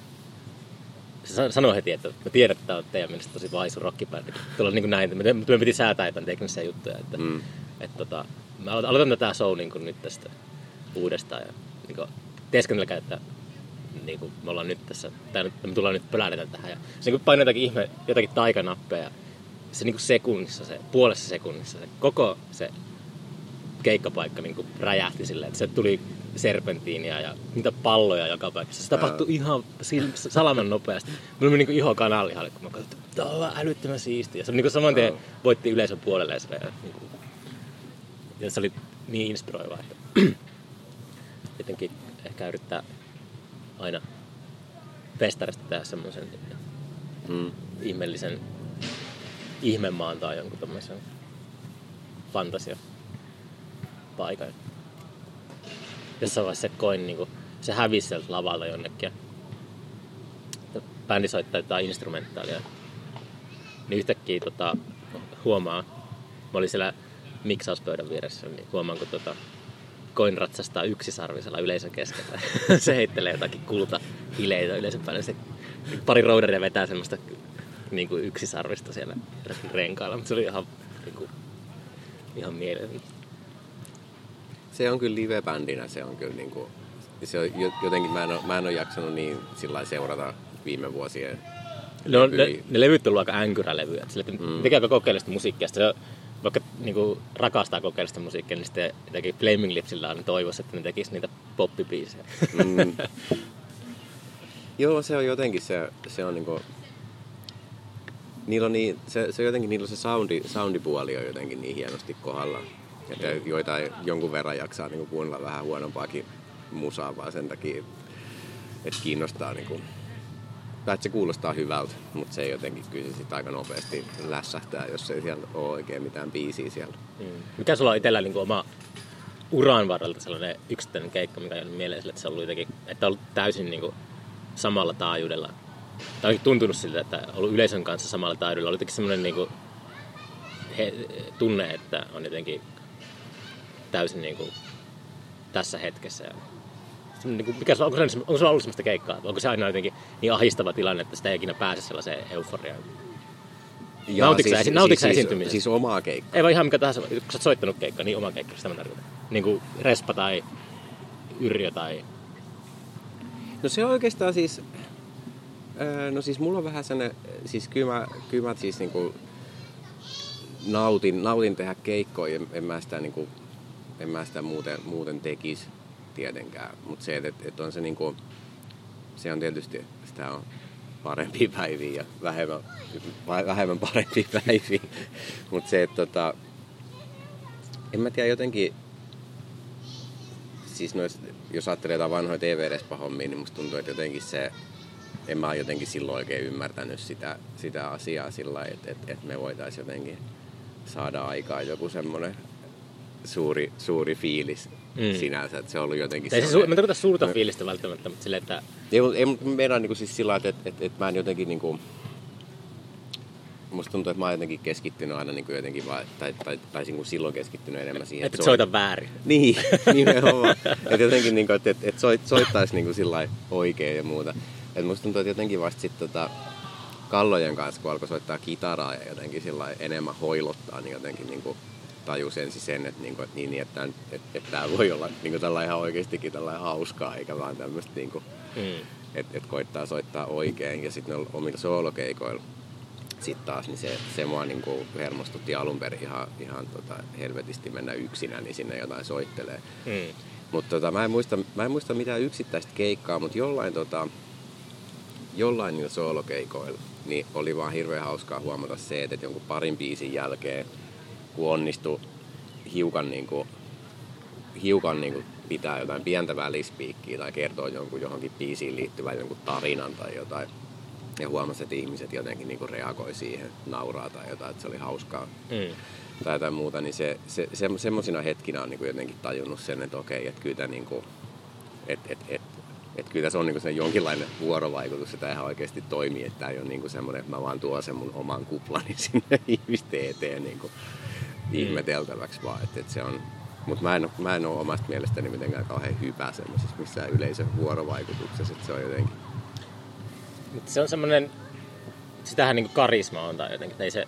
Speaker 1: se sanoi heti, että me tiedät, että tämä on teidän mielestä tosi vaisu rockibändi. Tuolla niin kuin näin, että me piti säätää jotain teknisiä juttuja, että mm. että tota, mä aloitan tätä show niin kuin nyt tästä uudestaan ja niin kuin, teeskennelläkään, että niin kuin, me ollaan nyt tässä, tää, me tullaan nyt pölähdetään tähän ja se niin painoi jotakin ihme, jotakin taikanappeja ja se niin kuin sekunnissa, se puolessa sekunnissa, se koko se keikkapaikka niin kuin räjähti silleen, että se tuli serpentiinia ja niitä palloja joka paikassa. Se tapahtui Ää. ihan salaman nopeasti. Mulla meni niin iho kanalihalle, kun mä katsoin, että tämä on älyttömän siistiä. Se niin saman tien voitti yleisön puolelle. Ja, niin kuin, ja se oli niin inspiroivaa, että jotenkin ehkä yrittää aina festarista tehdä semmoisen mm. ihmeellisen ihmemaan tai jonkun tämmöisen fantasiapaikan. Jossain vaiheessa se Coyne, niin se hävisi sieltä lavalta jonnekin. Ja bändi soittaa jotain instrumentaalia. Niin yhtäkkiä tota, huomaa, mä olin siellä miksauspöydän vieressä, niin huomaan, kun tota, Coyne ratsastaa yksisarvisella yleisön keskellä. Se heittelee jotakin kultahileitä yleisön päälle. Se pari rouderia vetää semmoista niin kuin yksisarvista siellä renkailla, mutta se oli ihan, niin kuin, ihan mieletön.
Speaker 2: Se on kyllä live-bändinä, se on kyllä niinku, se on jotenkin, mä en ole, mä en ole jaksanut niin sillä seurata viime vuosien
Speaker 1: no, ne, ne levyt on ollut aika änkyrälevyjä, sillä mm. tekee aika kokeellista musiikkia, se, vaikka niinku rakastaa kokeellista musiikkia, niin sitten jotenkin Flaming Lipsillä on toivossa, että ne tekisi niitä poppibiisejä. Mm.
Speaker 2: Joo, se on jotenkin, se, se on niinku, niillä on niin, se, se jotenkin, niillä on se soundi, soundipuoli on jotenkin niin hienosti kohdallaan. Että joita jonkun verran jaksaa niin kuunnella vähän huonompaakin musaa vaan sen takia, että kiinnostaa. Niin kuin, että se kuulostaa hyvältä, mutta se ei jotenkin kyllä se sit aika nopeasti lässähtää, jos ei siellä ole oikein mitään biisiä siellä.
Speaker 1: Mm. Mikä sulla on itsellä niin kuin oma uran varrelta sellainen yksittäinen keikka, mikä on mieleen, että se on ollut jotenkin, että on ollut täysin niin kuin samalla taajuudella. Tai on tuntunut siltä, että on ollut yleisön kanssa samalla taajuudella. On jotenkin semmoinen niin kuin he, tunne, että on jotenkin täysin niin kuin tässä hetkessä. Niin kuin, mikä, onko, se, onko sulla ollut sellaista keikkaa? Onko se aina jotenkin niin ahistava tilanne, että sitä ei ikinä pääse sellaiseen euforiaan? Nautitko siis,
Speaker 2: siis, siis,
Speaker 1: esiintymisestä?
Speaker 2: Siis omaa keikkaa?
Speaker 1: Ei vaan ihan mikä tahansa. Kun sä oot soittanut keikkaa, niin oma keikkaa, sitä mä tarkoitan. Niin kuin Respa tai Yrjö tai...
Speaker 2: No se on oikeastaan siis... Öö, no siis mulla on vähän sellainen, siis kyllä mä, kyllä mä siis niinku nautin, nautin tehdä keikkoja, en, en mä sitä niinku, en mä sitä muuten, muuten tekisi tietenkään, mutta se, että et on se niinku, se on tietysti, sitä on parempia päiviä ja vähemmän, vähemmän parempia päiviä, mutta se, että tota, en mä tiedä jotenkin, siis nois, jos ajattelee jotain vanhoja T V-respahommia, niin musta tuntuu, että jotenkin se, en mä jotenkin silloin oikein ymmärtänyt sitä, sitä asiaa sillä lailla, että, että, että me voitaisiin jotenkin saada aikaan joku semmoinen suuri, suuri fiilis mm. sinänsä, että se on ollut jotenkin...
Speaker 1: Ei se su- mä tarkoitan suurta no, fiilistä välttämättä, mutta silleen, että...
Speaker 2: Ei, ei mutta meidän niin siis sillä lailla, että, että, että mä en jotenkin niin kuin... Musta tuntuu, että mä oon jotenkin keskittynyt aina niin kuin jotenkin, vai, tai, tai, tai niin kuin silloin keskittynyt enemmän siihen,
Speaker 1: että... Että soita soit... väärin.
Speaker 2: Niin, nimenomaan. Että jotenkin, niin kuin, että, että soit, soittaisi niin kuin sillä lailla oikein ja muuta. Että musta tuntuu, että jotenkin vasta sitten tota, Kallojen kanssa, kun alkoi soittaa kitaraa ja jotenkin sillä lailla enemmän hoilottaa, niin jotenkin niin kuin tajus ensin sen, että, niin kuin, että, niin, että, että, että, että tämä voi olla niin kuin tällä ihan oikeastikin tällä hauskaa, eikä vaan tämmöistä, niin kuin, mm. että, että koittaa soittaa oikein. Ja sitten omilla soolokeikoilla sitten taas, niin se, se mua niin kuin hermostutti alun perin ihan, ihan tota, helvetisti mennä yksinäni sinne jotain soittelee. Mm. Mutta tota, mä, en muista, mä en muista mitään yksittäistä keikkaa, mutta jollain, tota, jollain niillä soolokeikoilla niin oli vaan hirveän hauskaa huomata se, että jonkun parin biisin jälkeen, kun onnistui hiukan, niin kuin, hiukan niin kuin pitää jotain pientä välispiikkiä tai kertoo jonkun johonkin biisiin liittyvän jonkun tarinan tai jotain, ja huomasi, että ihmiset jotenkin niin kuin reagoi siihen, nauraa tai jotain, että se oli hauskaa mm. tai jotain muuta, niin se, se, se, semmoisina hetkinä on niin kuin jotenkin tajunnut sen, että okei, että kyllä, niin kuin, että, että, että, että kyllä tässä on niin kuin jonkinlainen vuorovaikutus, että tämä ihan oikeasti toimii, että tämä ei ole niin kuin semmoinen, että mä vaan tuon sen mun oman kuplani sinne ihmisten eteen niin kuin mm. ihmeteltäväksi vaan, että, että se on. Mutta mä en, ole, mä en ole omasta mielestäni mitenkään kauhean hyvä semmoisessa missään yleisön vuorovaikutuksessa, että se on jotenkin.
Speaker 1: Se on semmoinen, sitähän niinku karisma on tai jotenkin, ei se,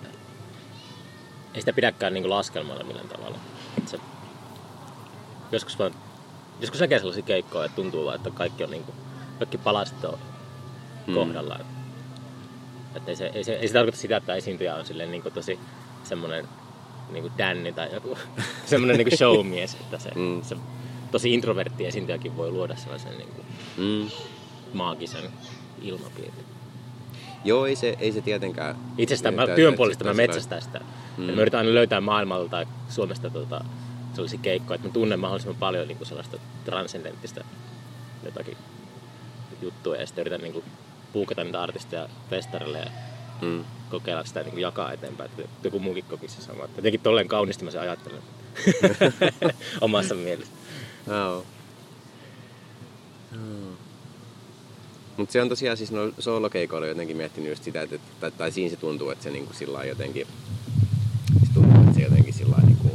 Speaker 1: ei sitä pidäkään niinku laskelmalla millään tavalla. Se, joskus vaan, joskus näkee sellaisia keikkoja, että tuntuu vaan, että kaikki on niinku, kaikki palaset on hmm. kohdallaan. Että ei se, ei se, ei se tarkoita sitä, että esiintyjä on silleen niinku tosi semmoinen niinku Danny tai joku semmoinen niinku showmies, että se, mm. se tosi introvertti esiintyjäkin voi luoda sellaisen niinku mm. maagisen ilmapiiri.
Speaker 2: Joo, ei se, ei se tietenkään.
Speaker 1: Itsestään mä, työn puolesta mä metsästän sitä. Mm. Mä yritän aina löytää maailmalta tai Suomesta tuota, sellaisia keikkoja, että mä tunnen mahdollisimman paljon niin kuin sellaista transcendenttista jotakin juttua ja sitten yritän niin kuin puukata niitä artisteja festarille ja mm. kokeilla sitä niin kuin jakaa eteenpäin, että joku muukin kokisi samaa. Jotenkin tolleen kaunisti mä sen ajattelen omassa mielessä.
Speaker 2: Joo. Hmm. Mutta se on tosiaan siis no soolokeikoilla jotenkin miettinyt just sitä, että, tai, tai siinä se tuntuu, että se niinku sillä jotenkin, se tuntuu, että se jotenkin sillä niinku,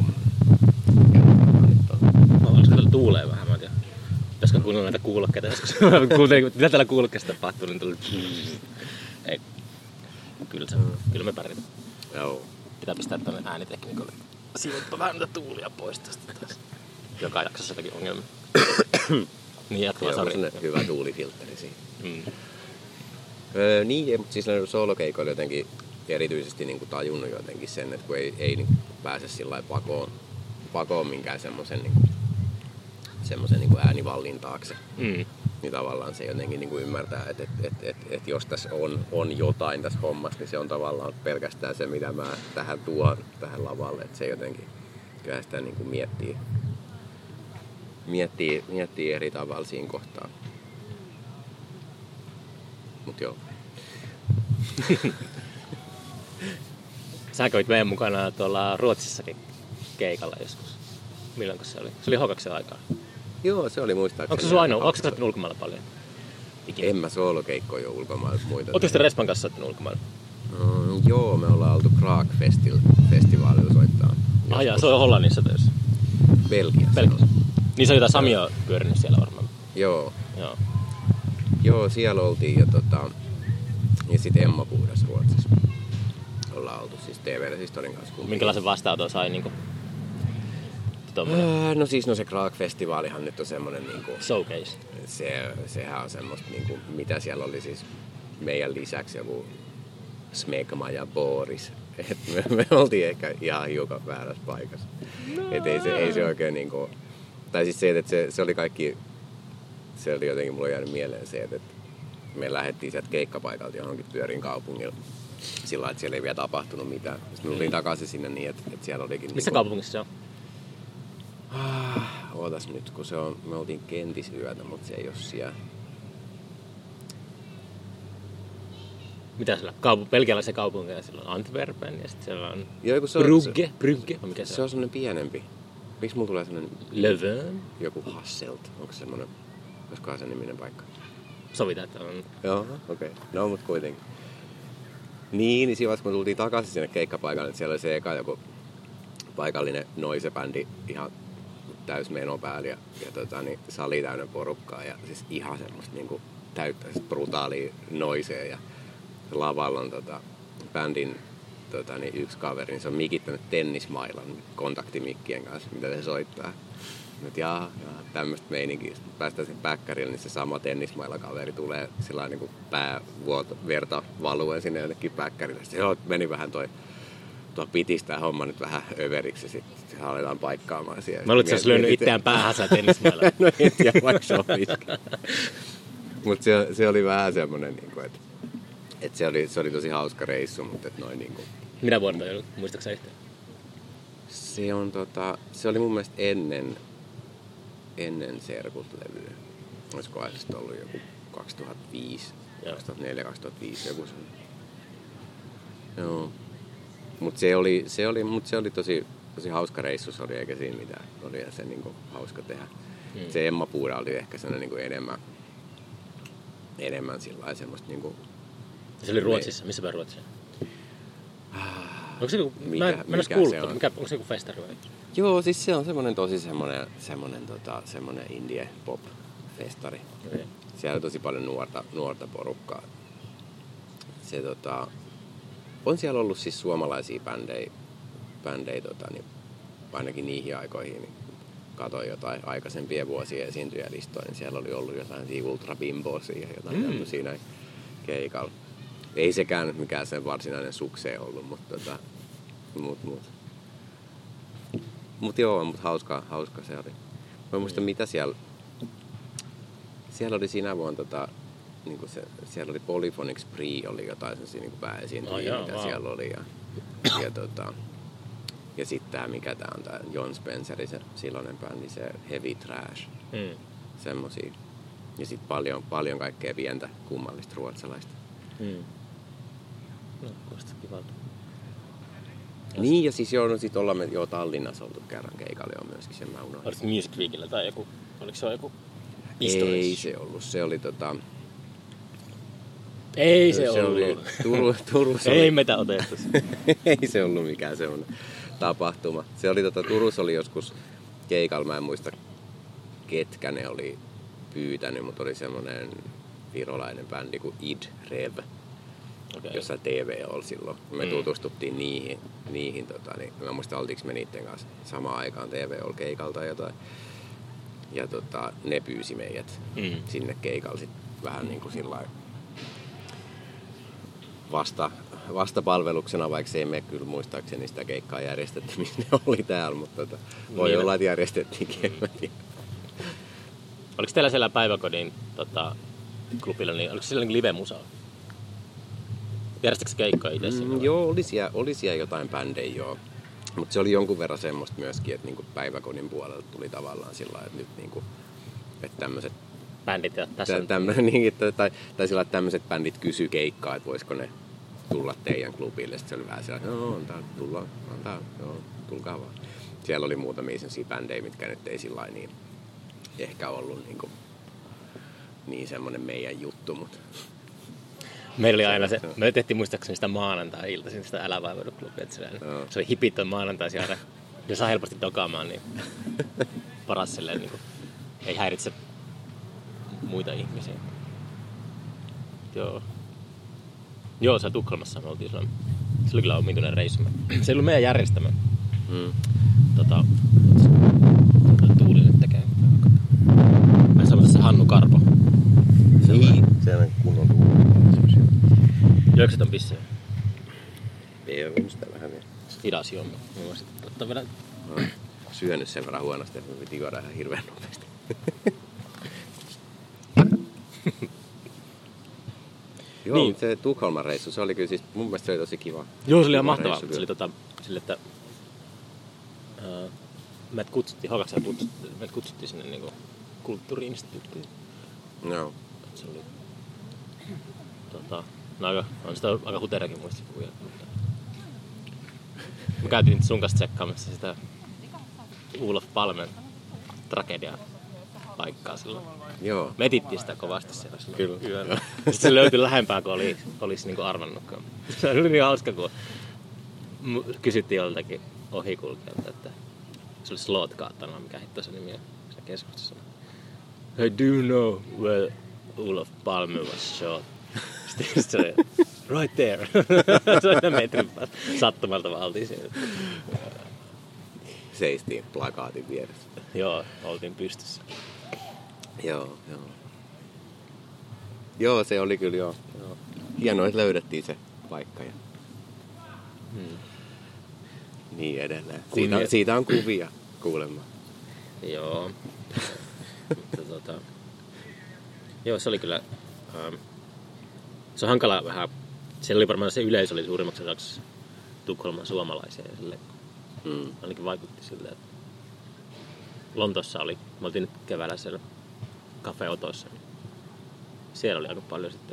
Speaker 1: no, olisiko täällä tuulee vähän, mä en tiedä. Pitäisikö kuunnella näitä kuulokkeita joskus? Kuuntelin, mitä täällä kuulokkeessa tapahtuu, niin tuli ei, kyllä, se, kyllä me pärjätään.
Speaker 2: Joo.
Speaker 1: Pitää pistää tänne äänitekniikolle. Siivotpa vähän niitä tuulia pois tästä taas. Joka jaksossa jotakin ongelmia. Niin jatkuva, sori.
Speaker 2: On hyvä tuulifiltteri siinä. Mm. Öö, niin, mutta siis soolokeikoilla jotenkin erityisesti niin kuin tajunnut jotenkin sen, että kun ei, ei niin pääse sillä pakoon, pakoon minkään semmoisen niin semmoisen niin äänivallin taakse, mm. niin tavallaan se jotenkin niin kuin ymmärtää, että, että, että, että, että jos tässä on, on jotain tässä hommassa, niin se on tavallaan pelkästään se, mitä mä tähän tuon tähän lavalle, että se jotenkin kyllä sitä niin kuin miettii. Miettii, miettii eri tavalla siinä kohtaa. Mut joo.
Speaker 1: Sä kävit meidän mukana tuolla Ruotsissakin keikalla joskus. Milloinko se oli? Se oli Hokaksen aikaa.
Speaker 2: Joo, se oli muistaakseni.
Speaker 1: Onko se sun ainoa? Onko sä soittanut ulkomailla paljon?
Speaker 2: Ikinä? En mä soolokeikkoja jo ulkomailla muita.
Speaker 1: Ootteko te Respan kanssa soittanut ulkomailla?
Speaker 2: Mm, joo, me ollaan oltu Kraak-festivaalilla soittaa.
Speaker 1: Ah jaa, se on Hollannissa töissä.
Speaker 2: Belgiassa.
Speaker 1: Belgiassa. Niin se on jotain Samia pyörinyt siellä varmaan.
Speaker 2: Joo.
Speaker 1: Joo.
Speaker 2: Joo, siellä oltiin ja tota... Ja sit Emma Puhdas Ruotsissa. Ollaan oltu siis T V-resistorin kanssa. Kumpikin.
Speaker 1: Minkälaisen vastaanoton sai niinku...
Speaker 2: Öö, no siis no se Kraak-festivaalihan nyt on semmonen niinku...
Speaker 1: Showcase.
Speaker 2: Se, sehän on semmoista niinku... Mitä siellä oli siis... meidän lisäksi joku Smegma ja Boris. Et me, me oltiin ehkä ihan hiukan väärässä paikassa. No. Et ei, se, ei se oikein niinku... Tai siis se, että se, se oli kaikki... Se oli jotenkin, mulla jäänyt mieleen se, että me lähdettiin sieltä keikkapaikalta johonkin pyörin kaupungilla. Sillä lailla, että siellä ei vielä tapahtunut mitään. Sitten me tultiin takaisin sinne niin, että, että siellä olikin...
Speaker 1: Missä
Speaker 2: niinku...
Speaker 1: kaupungissa se on?
Speaker 2: Ah, ootas nyt, kun se on... Me oltiin Kentissä yötä, mutta se ei oo siellä.
Speaker 1: Mitä siellä? Kaupu- Belgialaisia kaupunkeja. Siellä on Antwerpen ja sitten siellä on
Speaker 2: Joo, se on,
Speaker 1: Brugge.
Speaker 2: Se,
Speaker 1: Brugge. Mikä se,
Speaker 2: se
Speaker 1: on?
Speaker 2: on semmonen pienempi. Miksi mulla tulee semmonen...
Speaker 1: Leuven.
Speaker 2: Joku Hasselt. Onko se semmonen... Olisikohan sen niminen paikka?
Speaker 1: Sovitaan, että on.
Speaker 2: Joo, okei. Okay. No, mut kuitenkin. Niin, niin siinä vaiheessa, kun me tultiin takaisin sinne keikkapaikalle, että siellä oli se eka joku paikallinen noise-bändi ihan täys meno päällä ja, ja tota, niin, sali täynnä porukkaa ja siis ihan semmoista niinku täyttä brutaalia noisea ja lavalla on tota, bändin tota, niin, yksi kaveri, niin se on mikittänyt tennismailan kontaktimikkien kanssa, mitä se soittaa. Nyt jaa, jaa tämmöistä meininkiä. Sitten päästään sen päkkärille, niin se sama tennismailakaveri tulee sillä niin kuin pää vuoto, verta valuen sinne jonnekin päkkärille. Sitten joo, meni vähän toi, tuo pitistää homma nyt vähän överiksi. Sitten aletaan paikkaamaan siellä.
Speaker 1: Mä luulen, että se olisi lyönyt itseään päähänsä tennismailla.
Speaker 2: No en tiedä, vaikka se olisikaan. Mutta se, se oli vähän semmoinen, niin kuin, että, että se, oli, se oli tosi hauska reissu. Mutta että noin, niin kuin...
Speaker 1: Mitä vuonna toi oli? Muistatko sä yhtään?
Speaker 2: Se, on, tota, se oli mun mielestä ennen... ennen Serkut-levyä. Olisiko se ollut joku kaksituhattaviisi, kaksituhattaneljä kaksituhattaviisi joku se. Joo. Mut se oli, se oli, mut se oli tosi, tosi hauska reissu, se oli eikä siinä mitään. Oli se niinku hauska tehdä. Hmm. Se Emma Puura oli ehkä sellainen niinku enemmän, enemmän sillä semmoista niinku...
Speaker 1: Se oli Ruotsissa? Missä päin Ruotsia? Onko se joku,
Speaker 2: mikä,
Speaker 1: mä en, mä
Speaker 2: mikä
Speaker 1: kuullut,
Speaker 2: se on?
Speaker 1: Mikä, onko se joku festari vai?
Speaker 2: Joo, siis se on semmoinen tosi semmoinen, semmoinen, tota, semmoinen indie pop festari.
Speaker 1: Okay.
Speaker 2: Siellä on tosi paljon nuorta, nuorta porukkaa. Se, tota, on siellä ollut siis suomalaisia bändejä, bändejä tota, niin, ainakin niihin aikoihin. Niin katsoin jotain aikaisempia vuosia esiintyjälistoja, niin siellä oli ollut jotain Ultra Bimbosia ja jotain mm. tämmöisiä näin keikalla. Ei sekään nyt mikään sen varsinainen sukseen ollut, mutta tota, mut, mut. Mut joo, mut hauska, hauska se oli. Mä en muista, mitä siellä... Siellä oli siinä vuonna, tota, niinku se, siellä oli Polyphonic Spree, oli jotain sellaisia niinku pääesiintyjiä, oh, mitä wow. siellä oli. Ja, ja, tota, ja sitten tää, mikä tää on, tää Jon Spencerin se silloinen bändi, se Heavy Trash. Mm. Semmosia. Ja sit paljon, paljon kaikkea pientä kummallista ruotsalaista. Mm.
Speaker 1: No, kuulostaa kivalta.
Speaker 2: Niin, ja siis joo, no sit ollaan me jo Tallinnassa oltu kerran keikalle jo myöskin, sen mä unohdin.
Speaker 1: Oliko se Music Weekillä tai joku, oliko se joku
Speaker 2: Historis? Ei se ollut, se oli tota...
Speaker 1: Ei se,
Speaker 2: se
Speaker 1: ollut.
Speaker 2: Oli, Turu, Turussa
Speaker 1: ei
Speaker 2: oli...
Speaker 1: meitä otettu.
Speaker 2: Ei se ollut mikään semmoinen tapahtuma. Se oli tota, Turussa oli joskus keikalla, mä en muista ketkä ne oli pyytänyt, mutta oli semmoinen virolainen bändi kuin Id Rev. Okay. Jossain T V oli silloin. Me mm. tutustuttiin niihin. niihin tota, niin, mä muistan, oltiinko me niiden kanssa samaan aikaan T V oli keikalta jotain. Ja tota, ne pyysi meidät mm. sinne keikalle sit vähän niin kuin sillä vasta, vastapalveluksena, vaikka se ei me kyllä muistaakseni sitä keikkaa järjestetty, missä ne oli täällä, mutta tota, voi niin olla, että järjestettiinkin. Mm.
Speaker 1: Oliko teillä siellä päiväkodin tota, klubilla, niin oliko siellä live-musaa? Järjestikö keikkaa itse siinä?
Speaker 2: Mm, joo, oli siellä, oli siellä jotain bändejä, joo. Mutta se oli jonkun verran semmoista myöskin, että niinku päiväkodin puolelta tuli tavallaan sillä lailla, että nyt niinku, että tämmöiset...
Speaker 1: Bändit ja tässä on...
Speaker 2: Tämmönen, niin, tai, tai sillä että tämmöiset bändit kysy keikkaa, että voisiko ne tulla teidän klubille. Sitten se oli vähän sillä, että joo, on täällä, tullaan, on täällä, joo, tulkaa vaan. Siellä oli muutamia sellaisia bändejä, mitkä nyt ei sillä lailla niin ehkä ollut niinku, niin semmoinen meidän juttu, mutta...
Speaker 1: Meillä oli aina se, me tehtiin muistaakseni sitä maanantai-iltaisin, sitä Älä vaivaudu klubia, että se, no. se oli hipit on maanantaisin aina, ja saa helposti dokaamaan, niin paras silleen, niin kuin, ei häiritse muita ihmisiä. Joo. Joo, se Tukholmassa me oltiin silloin. Se oli kyllä omituinen reissu. Se ei ollut meidän järjestämä. Mm. Tota, Tuuli nyt tekee. Mä sanoin tässä Hannu Karpo.
Speaker 2: Niin, se on kunnon Tuuli.
Speaker 1: Juoksä ton pissin?
Speaker 2: Ei ole sitä vähän vielä.
Speaker 1: Hidas juoma. Mä voisin ottaa vielä...
Speaker 2: No, syönyt sen verran huonosti, että me piti juoda ihan hirveän nopeasti. Joo, niin. Se Tukholman reissu, se oli kyllä siis, mun mielestä se oli tosi kiva.
Speaker 1: Joo, se oli ihan mahtavaa. Se oli tota, sille, että uh, meidät kutsuttiin, Hakaksella kutsuttiin, meidät kutsuttiin sinne niinku kulttuuri-instituuttiin.
Speaker 2: Joo.
Speaker 1: Se oli, tota, no aika, on sitä aika huterakin muistikuvia, mutta mä käytiin sun kanssa tsekkaamassa sitä Olof Palmen tragediaa paikkaa silloin.
Speaker 2: Joo.
Speaker 1: Me etittiin sitä kovasti siellä silloin yöllä. Sitten se löytyi lähempää kuin oli, olisi niinku arvannutkaan. Se oli niin hauska, kun kysyttiin joltakin ohikulkijalta, että se oli Slot-Katana, mikä hitto se nimi on se keskustassa. I do know where Olof Palme was shot. Sitten se oli, right there. Se oli metrin päästä. Sattumalta vaan oltiin siellä.
Speaker 2: Seistiin plakaatin vieressä.
Speaker 1: Joo, oltiin pystyssä.
Speaker 2: Joo, joo. Joo, se oli kyllä joo. joo. Hienoa, että löydettiin se paikka ja hmm. niin edelleen. Siitä, siitä on kuvia kuulemma.
Speaker 1: Joo. Mutta tota... Joo, se oli kyllä... Ähm, se on hankala vähän... Siellä oli varmaan se yleisö oli suurimmaksi osaksi Tukholman suomalaisia ja sille hmm. ainakin vaikutti siltä, että Lontoossa oli, me oltiin nyt keväällä siellä Cafe Otossa, niin siellä oli aika paljon sitten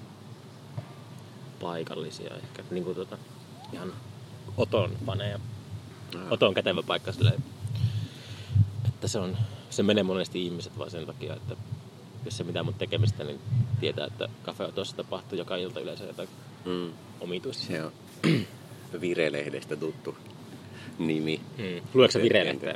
Speaker 1: paikallisia ehkä, niin kuin tota, ihan Oton faneja. Oto on kätevä paikka silleen, että se, on, se menee monesti ihmiset vaan sen takia, että jos ei mitään mun tekemistä, niin tietää, että Cafe Otossa tapahtuu joka ilta yleensä jotain mm. omituista.
Speaker 2: Se on Vire-lehdestä tuttu nimi.
Speaker 1: Mm. Luetko sä Vire-lehteä?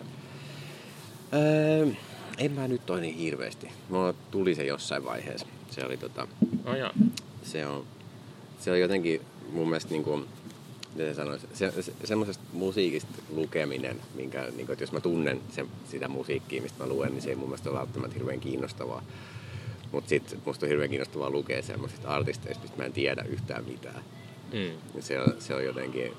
Speaker 2: Öö, en mä nyt toi niin hirveästi. Mulla tuli se jossain vaiheessa. Se oli tota...
Speaker 1: Oh, jaa.
Speaker 2: Se on... Se on jotenkin mun mielestä niinku... Miten sanois? Se, se, semmoisesta musiikista lukeminen, minkä, niinku, että jos mä tunnen sen, sitä musiikkia, mistä mä luen, niin se ei mun mielestä ole välttämättä hirveän kiinnostavaa. Mut sit musta on hirveän kiinnostavaa lukea semmoisista artisteista, mistä mä en tiedä yhtään mitään. Mm. Se, on, se on jotenkin...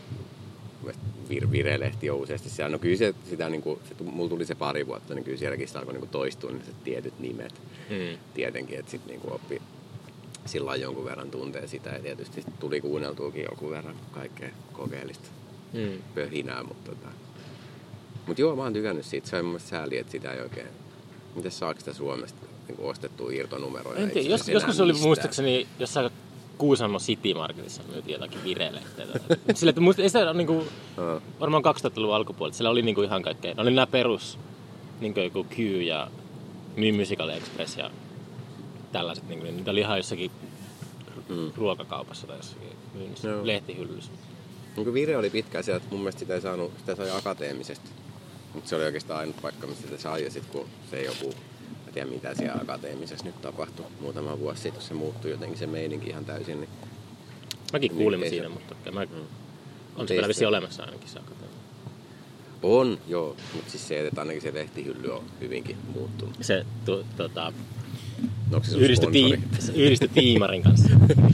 Speaker 2: Vir, Vire-lehti on useasti siellä. No kyllä se, sitä, niin kuin, se, mulla tuli se pari vuotta, niin kyllä sielläkin sitä alkoi niin kuin toistua niin se tietyt nimet. Mm. Tietenkin, että sitten niin oppi sillä jonkun verran tuntee sitä ja tietysti tuli kuunneltuakin jonkun verran kaikkea kokeellista mm. pöhinää. Mutta tota. Mut joo, mä oon tykännyt siitä. Se on mun mielestä sääli, että sitä ei oikein... Miten saako sitä Suomesta niin ostettua irtonumeroja?
Speaker 1: En tiedä, jos, joskus se oli muistaakseni jossain Kuusamon City Marketissa myytiin jotakin Vire-lehteitä. Sillä, että muista, ei sitä ole niinku, varmaan kaksituhattaluvun alkupuolella, siellä oli niinku ihan kaikkea. Ne oli nämä perus, niinku joku Q ja New Musical Express ja tällaiset. Niinku, niitä oli ihan jossakin mm. ruokakaupassa tai jossakin myynnissä, no. lehtihyllyssä.
Speaker 2: Niin Vire oli pitkään siellä, että mun mielestä sitä ei saanut, sitä sai akateemisesti. Mutta se oli oikeastaan ainut paikka, mistä sitä sai ja sitten kun se joku... Mä tiedän mitä siellä akateemisessa nyt tapahtui muutama vuosi sitten, se muuttui jotenkin se meininki ihan täysin. Niin
Speaker 1: mäkin kuulin niin siinä, se... mutta mä... mm. on se vielä vissiin olemassa ainakin se akateemia.
Speaker 2: On, joo, mutta siis se, että ainakin se lehtihylly on hyvinkin muuttunut.
Speaker 1: Se tu, tota,
Speaker 2: no, se
Speaker 1: yhdistyi, tii, yhdistyi Tiimarin kanssa.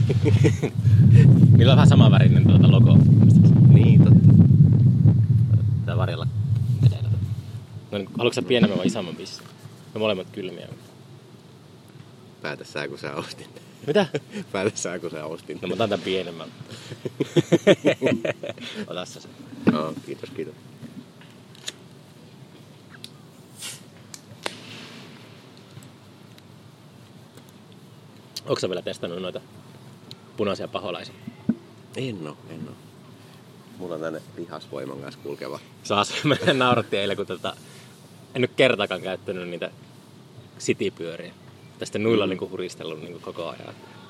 Speaker 1: Millä on vähän samanvärinen tuota logo.
Speaker 2: Niin, totta.
Speaker 1: Tää varjella edellä. No, haluatko sä pienemmän vai isomman pissin? No molemmat kylmiä.
Speaker 2: Päätä sä, kun sä ostin.
Speaker 1: Mitä?
Speaker 2: Päätä sä, kun sä ostin.
Speaker 1: No mä otan tän pienemmän. Ota sä se.
Speaker 2: No, kiitos, kiitos.
Speaker 1: Ootko sä vielä testannut noita punaisia paholaisia?
Speaker 2: En oo, en oo. Mulla on tänne lihasvoiman kanssa kulkeva.
Speaker 1: Saas, me naurattiin eilen, kun tota, en nyt kertakaan käyttänyt niitä citypyöriä. Tästä nuilla on mm. niinku huristellut niinku koko ajan.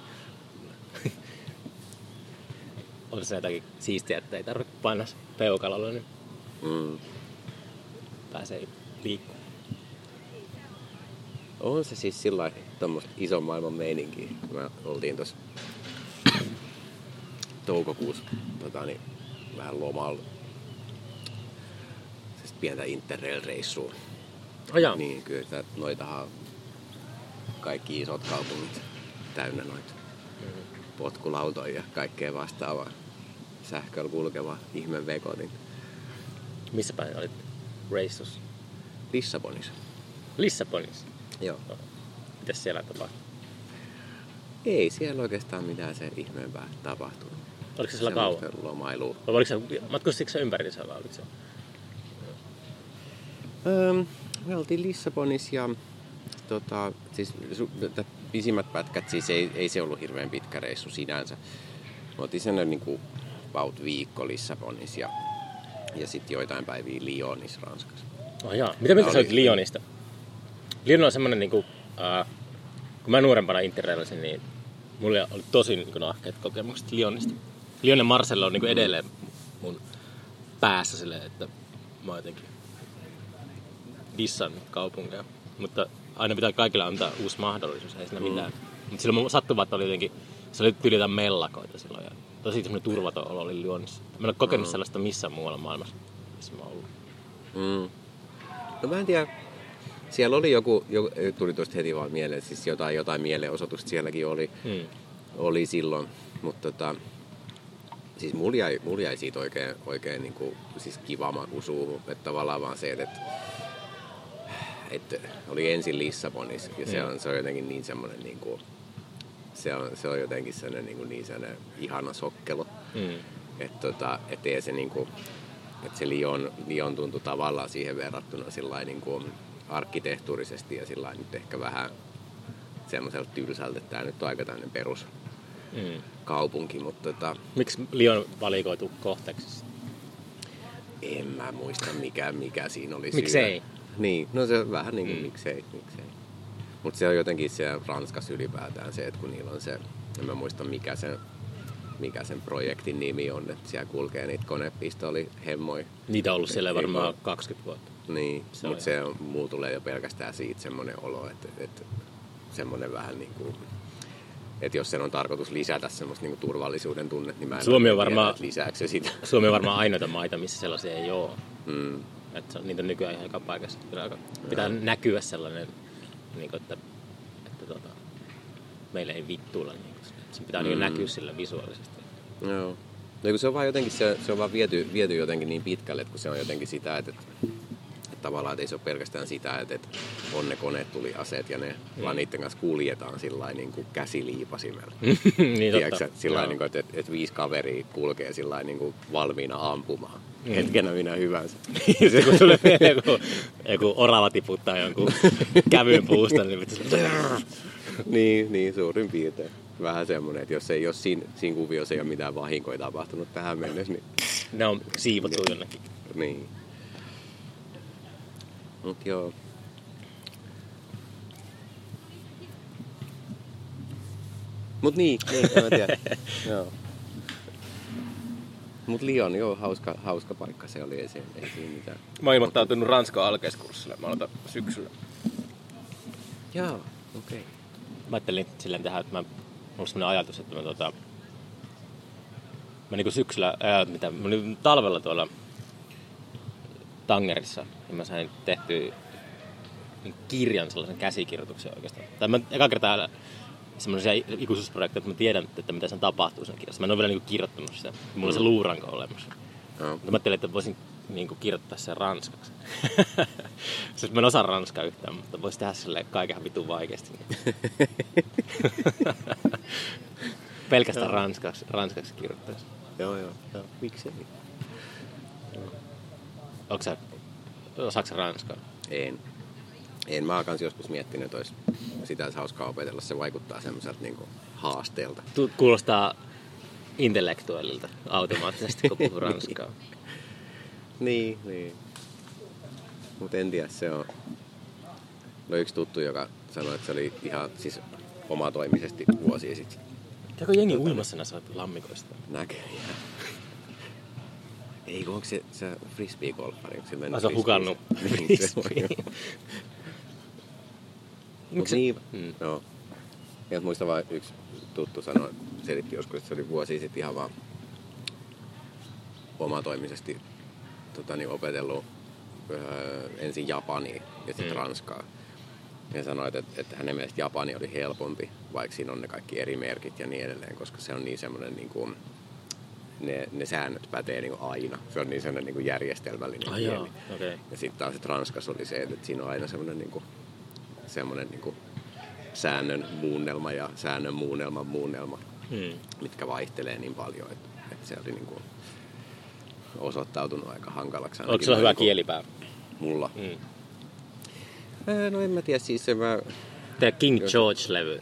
Speaker 1: On se jotakin siistiä, että ei tarvitse painaa peukalolla, niin mm. pääsee liikkumaan.
Speaker 2: On se siis sillä tommoista ison maailman meininkiä. Me oltiin tossa toukokuussa tota, niin, vähän lomalla. Siis pientä Interrail-reissua.
Speaker 1: Oh,
Speaker 2: niin kyllä, noitahan kaikki isot kaupungit täynnä noita. Mm-hmm. potkulautoja ja kaikkea vastaavaa sähköllä kulkeva ihmevekotin.
Speaker 1: Missä päin olit reissussa?
Speaker 2: Lissabonissa.
Speaker 1: Lissabonissa?
Speaker 2: Joo.
Speaker 1: No. Mitäs siellä tapahtui?
Speaker 2: Ei siellä oikeastaan mitään se ihmeempää tapahtunut.
Speaker 1: Oliko se siellä kauan?
Speaker 2: Lomailua.
Speaker 1: Vai oliko se, matkusitko se ympäriinsä vai oliko se?
Speaker 2: Öö, me oltiin Lissabonissa ja tota, siis, pisimmät pätkät, siis ei, ei se ollut hirveän pitkä reissu sinänsä. Me oltiin sen niin kuin about viikko Lissabonissa ja, ja sitten joitain päiviä Lyonissa Ranskassa.
Speaker 1: Oh jaa. Mitä mieltä sä olit Lyonista? Lyon on semmonen niinku, äh, kun mä nuorempana interrailasin, niin mulla oli tosi niinku nahkeat kokemukset Lyonista. Lyon ja Marseille on niinku edelleen mun päässä silleen, että mä oon jotenkin dissannut kaupunkeja. Mutta aina pitää kaikille antaa uusi mahdollisuus, ei siinä mm. mitään. Mutta silloin mun sattuvat oli jotenkin, se oli tyyli jotain mellakoita silloin ja tosi semmonen turvaton olo oli Lyonissa. Mä en ole kokenut mm. sellaista missään muualla maailmassa, missä mä oon ollut.
Speaker 2: Mm. No mä en tiedä. Siellä oli joku, joku tuli tuosta heti vaan mieleen, siis jotain, jotain mielenosoitusta sielläkin oli, hmm. oli silloin, mutta tota, siis mulla jäi, mulla jäi siitä oikein, oikein niin kuin, siis kiva maku suuhun, että tavallaan vaan se, että, että oli ensin Lissabonissa ja se on, se on jotenkin niin semmoinen, niin kuin, se, on, se on jotenkin sellainen niin, kuin, niin sellainen ihana sokkelo, hmm. että tota, et ei se niin kuin, että se Lyon, Lyon tuntui tavallaan siihen verrattuna sillain niin kuin arkkitehtuurisesti ja sillain nyt ehkä vähän semmoiselta tylsältä, että tämä nyt on aika tämmöinen perus mm. kaupunki, mutta tota...
Speaker 1: Miksi Lyon valikoitu kohteeksi?
Speaker 2: En mä muista mikä, mikä siinä oli syy.
Speaker 1: Miksei?
Speaker 2: Niin, no se vähän niin kuin
Speaker 1: mm.
Speaker 2: miksei, miksei. Mutta se on jotenkin siellä Ranskassa ylipäätään se, että kun niillä on se, en mä muista mikä se mikä sen projektin nimi on, että siellä kulkee niitä konepistoolihemmoja.
Speaker 1: Niitä on ollut siellä varmaan kaksikymmentä vuotta.
Speaker 2: Niin, mutta se on, muu tulee jo pelkästään siitä semmoinen olo, että, että semmoinen vähän niin kuin, että jos sen on tarkoitus lisätä semmoista niin kuin turvallisuuden tunnet, niin mä en
Speaker 1: Suomi on varmaan,
Speaker 2: lisääkö sitä.
Speaker 1: Suomi on varmaan ainoita maita, missä sellaisia ei ole.
Speaker 2: Mm.
Speaker 1: Että niitä on nykyään ihan joka paikassa. Pitää no. näkyä sellainen, niin kuin, että, että tota, meillä ei vittuilla. Niin sen pitää mm. niin näkyä sillä visuaalisesti.
Speaker 2: Joo. No, kun se on vaan jotenkin se, se on vaan viety, viety jotenkin niin pitkälle, että kun se on jotenkin sitä, että, että, että tavallaan että ei se ole pelkästään sitä, että, että on ne koneet tuli aseet ja ne, mm. vaan niiden kanssa kuljetaan sillain niin kuin käsiliipasimella.
Speaker 1: niin
Speaker 2: tiedätkö, sillain, niin kuin, että, että viisi kaveria kulkee sillain niin kuin valmiina ampumaan. Mm. Hetkenä minä hyvänsä.
Speaker 1: Se kun tulee joku, joku orava tiputtaa jonkun kävyn puusta, niin
Speaker 2: niin, niin, suurin piirtein. Vähän semmoinen, että jos ei ole siinä, siinä kuviossa ei ole mitään vahinkoja tapahtunut tähän mennessä, niin...
Speaker 1: Ne on siivottu jonnekin.
Speaker 2: Niin. Mut joo. Mut niin, niin en mä tiedä. Joo. Mut Lyon, joo, hauska, hauska paikka se oli, ei siinä, ei siinä mitään.
Speaker 1: Mä oon ilmoittautunut Ranskan alkeiskurssille, mä aloitan syksyllä.
Speaker 2: Joo, okei. Okay.
Speaker 1: Mä ajattelin silleen tehdä, että mä, mulla on semmonen ajatus, että mä tota... Mä niinku syksyllä, ää, mitä, mä olin talvella tuolla Tangerissa, ja mä sain tehtyä kirjan, sellaisen käsikirjoituksen oikeastaan. Tai mä eka kertaa semmoisia ikuisuusprojekteja, että mä tiedän, että mitä sen tapahtuu sen kirjassa. Mä en ole vielä niinku kirjoittanut sitä. Mulla on se luuranko olemassa. No. Mutta mä ajattelin, että voisin niinku kirjoittaa sen ranskaksi. Siis mä en osaa ranskaa yhtään, mutta vois tehdä silleen kaiken vitun vaikeasti. Pelkästään ranskaksi, ranskaksi kirjoittaisi.
Speaker 2: Joo, joo, joo. Miksei?
Speaker 1: Onko sä, osaatko sä ranskaa?
Speaker 2: En. En. Mä oon kans joskus miettinyt, että olisi sitä olisi hauskaa opetella. Se vaikuttaa semmoiselta niinku haasteelta.
Speaker 1: Kuulostaa intellektuellilta automaattisesti, kun puhuu ranskaa.
Speaker 2: niin, niin. Mut en tiedä, se on... No yksi tuttu, joka sanoi, että se oli ihan siis omatoimisesti vuosia sitten.
Speaker 1: Käykö jengi uimassa näissä lammikoista?
Speaker 2: Näköjään. Ei, kun onko se, se frisbee-golfari? Onko se mennyt?
Speaker 1: Ah, se on hukannut frisbee.
Speaker 2: Mut niin, mm. joo. Ja muista vaan yksi tuttu sanoi, selitti joskus, että se oli vuosia sitten ihan vaan omatoimisesti tota, niin opetellut öö, ensin japania ja sitten mm. ranskaa. Ja sanoi, että, että hänen mielestä Japani oli helpompi, vaikka siinä on ne kaikki eri merkit ja niin edelleen, koska se on niin semmoinen, niin kuin, ne, ne säännöt pätee niin kuin aina. Se on niin semmoinen niin kuin järjestelmällinen
Speaker 1: ah,
Speaker 2: kieli.
Speaker 1: Okay.
Speaker 2: Ja sitten taas että Ranskassa oli se, että siinä on aina semmoinen, niin kuin, semmoinen niin kuin säännön muunnelma ja säännön muunnelman muunnelma, hmm. mitkä vaihtelee niin paljon, että, että se oli niin kuin osoittautunut aika hankalaksi.
Speaker 1: Oliko sulla hyvä niin kielipää?
Speaker 2: Mulla? Hmm. No en mä tiedä, siis se mä...
Speaker 1: Tää King George-levy.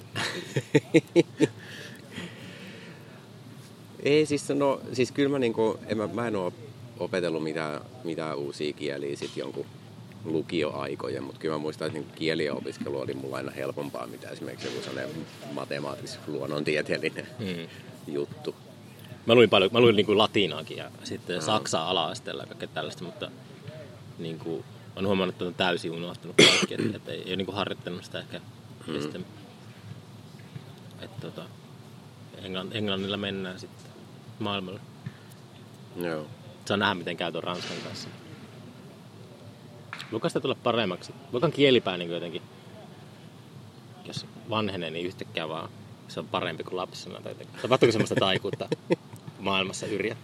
Speaker 2: Ei, siis no, siis kyllä mä niinku, en mä, mä en oo opetellut mitään, mitään uusia kieliä sit jonkun lukioaikojen, mutta kyllä mä muistan, että niinku kielien opiskelu oli mulla aina helpompaa, mitä esimerkiksi joku sellainen matemaatis luonnontieteellinen hmm. juttu.
Speaker 1: Mä luin paljon, mä luin niinku latinaakin ja sitten no. saksaa ala-asteella ja kaikkea tällaista, mutta niinku... Olen huomannut, että on täysin unohtunut kaikki, että, että ei ole niin kuin harjoittanut sitä ehkä. Mm. Sitten, että tota, Englannilla mennään sitten maailmalla.
Speaker 2: Joo.
Speaker 1: Saa nähdä, miten käy tuon Ranskan kanssa. Voiko sitä tulla paremmaksi? Voiko kielipää niin jotenkin, jos vanhenee, niin yhtäkkiä vaan se on parempi kuin lapsena? Tapahtuuko semmoista taikuutta maailmassa Yrjö?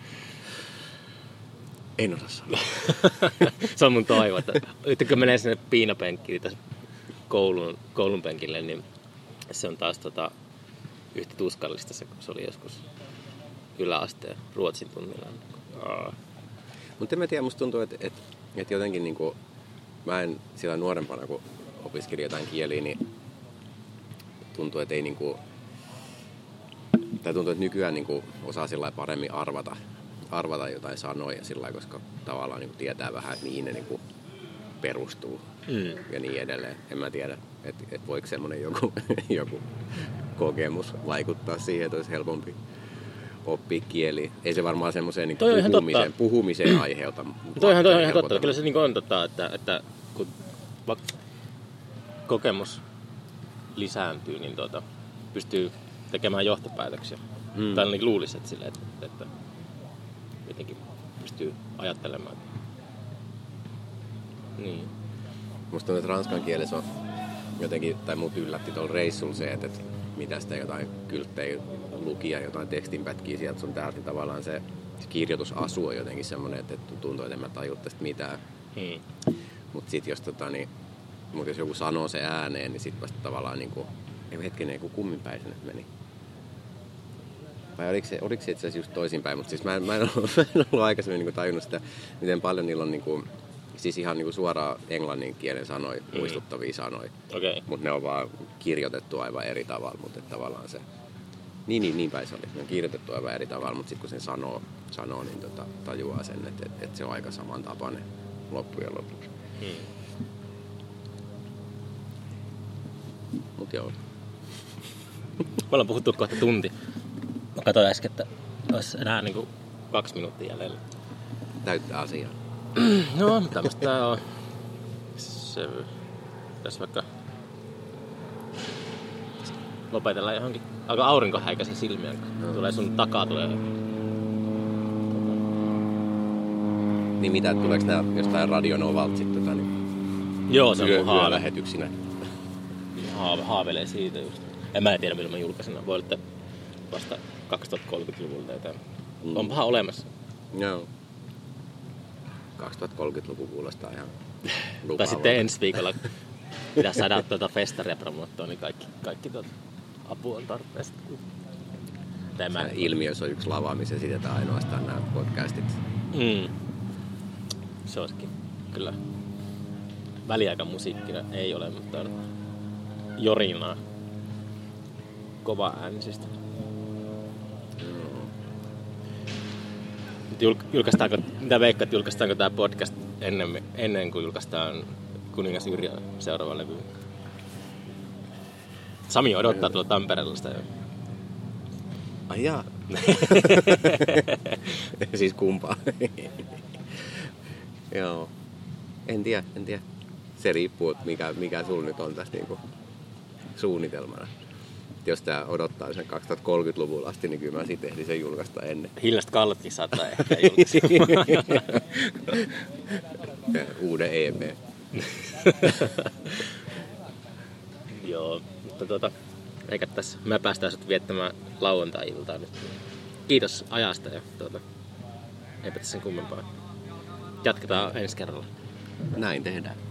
Speaker 2: En osaa sanoa.
Speaker 1: Se on mun toivo, että nyt kun menee sinne piinapenkkiin tässä koulun, koulun penkille, niin se on taas tota, yhtä tuskallista se, kun se oli joskus yläasteen ruotsin tunnilla.
Speaker 2: Mutta en mä tiedä, musta tuntuu, että, että, että jotenkin niin kuin, mä en sillä nuorempana, kun opiskelin jotain kieliä, niin tuntuu, että ei niin kuin, tai tuntuu, että nykyään niin kuin osaa sillä paremmin arvata. arvata jotain sanoja sillä lailla, koska tavallaan niin kuin tietää vähän, että mihin ne niin kuin perustuu mm. ja niin edelleen. En mä tiedä, että et voiko semmoinen joku, joku kokemus vaikuttaa siihen, että olisi helpompi oppia kieliä. Ei se varmaan semmoiseen niin puhumiseen, puhumiseen aiheuta.
Speaker 1: Toi on ihan totta. Kyllä se niin on totta, että, että kun kokemus lisääntyy, niin tuota, pystyy tekemään johtopäätöksiä. Mm. Tai niin luulisi, että, sille, että, että jotenkin pystyy ajattelemaan. Niin.
Speaker 2: Musta tuntuu, että ranskan kielessä on jotenkin, tai mut yllätti tuolla reissulla se, että, että mitä sitä jotain kylttejä luki ja jotain tekstinpätkiä sieltä sun täältä, niin tavallaan se, se kirjoitusasu on jotenkin semmoinen, että tuntuu, että en mä tajua tästä mitään. Hmm. Mutta sitten jos, tota, niin, mut jos joku sanoo se ääneen, niin sitten vasta tavallaan niinku, ei hetkinen, joku kumminpäin sinne meni. Vai oliko se, oliko se itse asiassa just toisinpäin, mutta siis mä en, mä en ollut, mä en ollut aikaisemmin niin tajunnut sitä, miten paljon niillä on niin kuin, siis ihan niin kuin suoraan englannin kielen sanoja, mm. muistuttavia sanoja. Okay. Mutta ne on vaan kirjoitettu aivan eri tavalla, mutta tavallaan se, niin, niin, niin päin se oli. Ne on kirjoitettu aivan eri tavalla, mutta sitten kun sen sanoo, sanoo niin tota, tajuaa sen, että, että, että se on aika samantapainen loppujen lopuksi. Mm. Mut joo.
Speaker 1: Me ollaan puhuttu kohta tunti. Mä katsoin äsken, että olisi enää niin kuin kaksi minuuttia jäljellä.
Speaker 2: Täyttää asiaa.
Speaker 1: No, tämmöistä tää on. Se, tässä vaikka lopetellaan johonkin. Alkaa aurinko häikäisen silmiä, kun no. tulee sun takaa tulee.
Speaker 2: Niin mitä, tuleeko nää jostain Radionovalta sitten tota niin?
Speaker 1: Joo, se on mun haave.
Speaker 2: Yölähetyksinä.
Speaker 1: Haave, haavelee siitä just. En mä en tiedä milloin mä julkaisen. Voi olla, että vasta kaksituhattakolmekymmentäluvulta jotain. Mm. Onpahan olemassa.
Speaker 2: Joo. kaksituhattakolmekymmentäluku kuulostaa ihan lupaavalta.
Speaker 1: Tai sitten ensi viikolla pitää saada tuota festaria promottua, niin kaikki, kaikki tuota apua on tarpeesta. Tämä
Speaker 2: ilmiössä on yksi lava, missä esitetään ainoastaan nämä podcastit. Mm.
Speaker 1: Se olisikin kyllä väliaikamusiikkina ei ole, mutta on jorinaa kova äänisistä. Julkaistaanko, mitä veikkaat, julkaistaanko tämä podcast ennen, ennen kuin julkaistaan Kuningas Yrjö seuraava levy? Sami odottaa tuolla Tampereella sitä jo.
Speaker 2: Ai jaa. Siis kumpaa. Joo. En tiedä, en tiedä. Se riippuu, mikä, mikä sulla nyt on tässä niinku suunnitelmana. Jos tää odottaa sen kaksituhattakolmekymmentäluvulla asti, niin kyllä mä sit ehdin sen julkaista ennen.
Speaker 1: Hiljasta kallatkin saattaa ehkä julkaista.
Speaker 2: Uuden E P.
Speaker 1: Joo, mutta tuota, eikä tässä. Mä päästään sut viettämään lauantai-iltaa nyt. Kiitos ajasta ja tuota, eipä tässä sen kummempaa. Jatketaan ensi kerralla.
Speaker 2: Näin tehdään.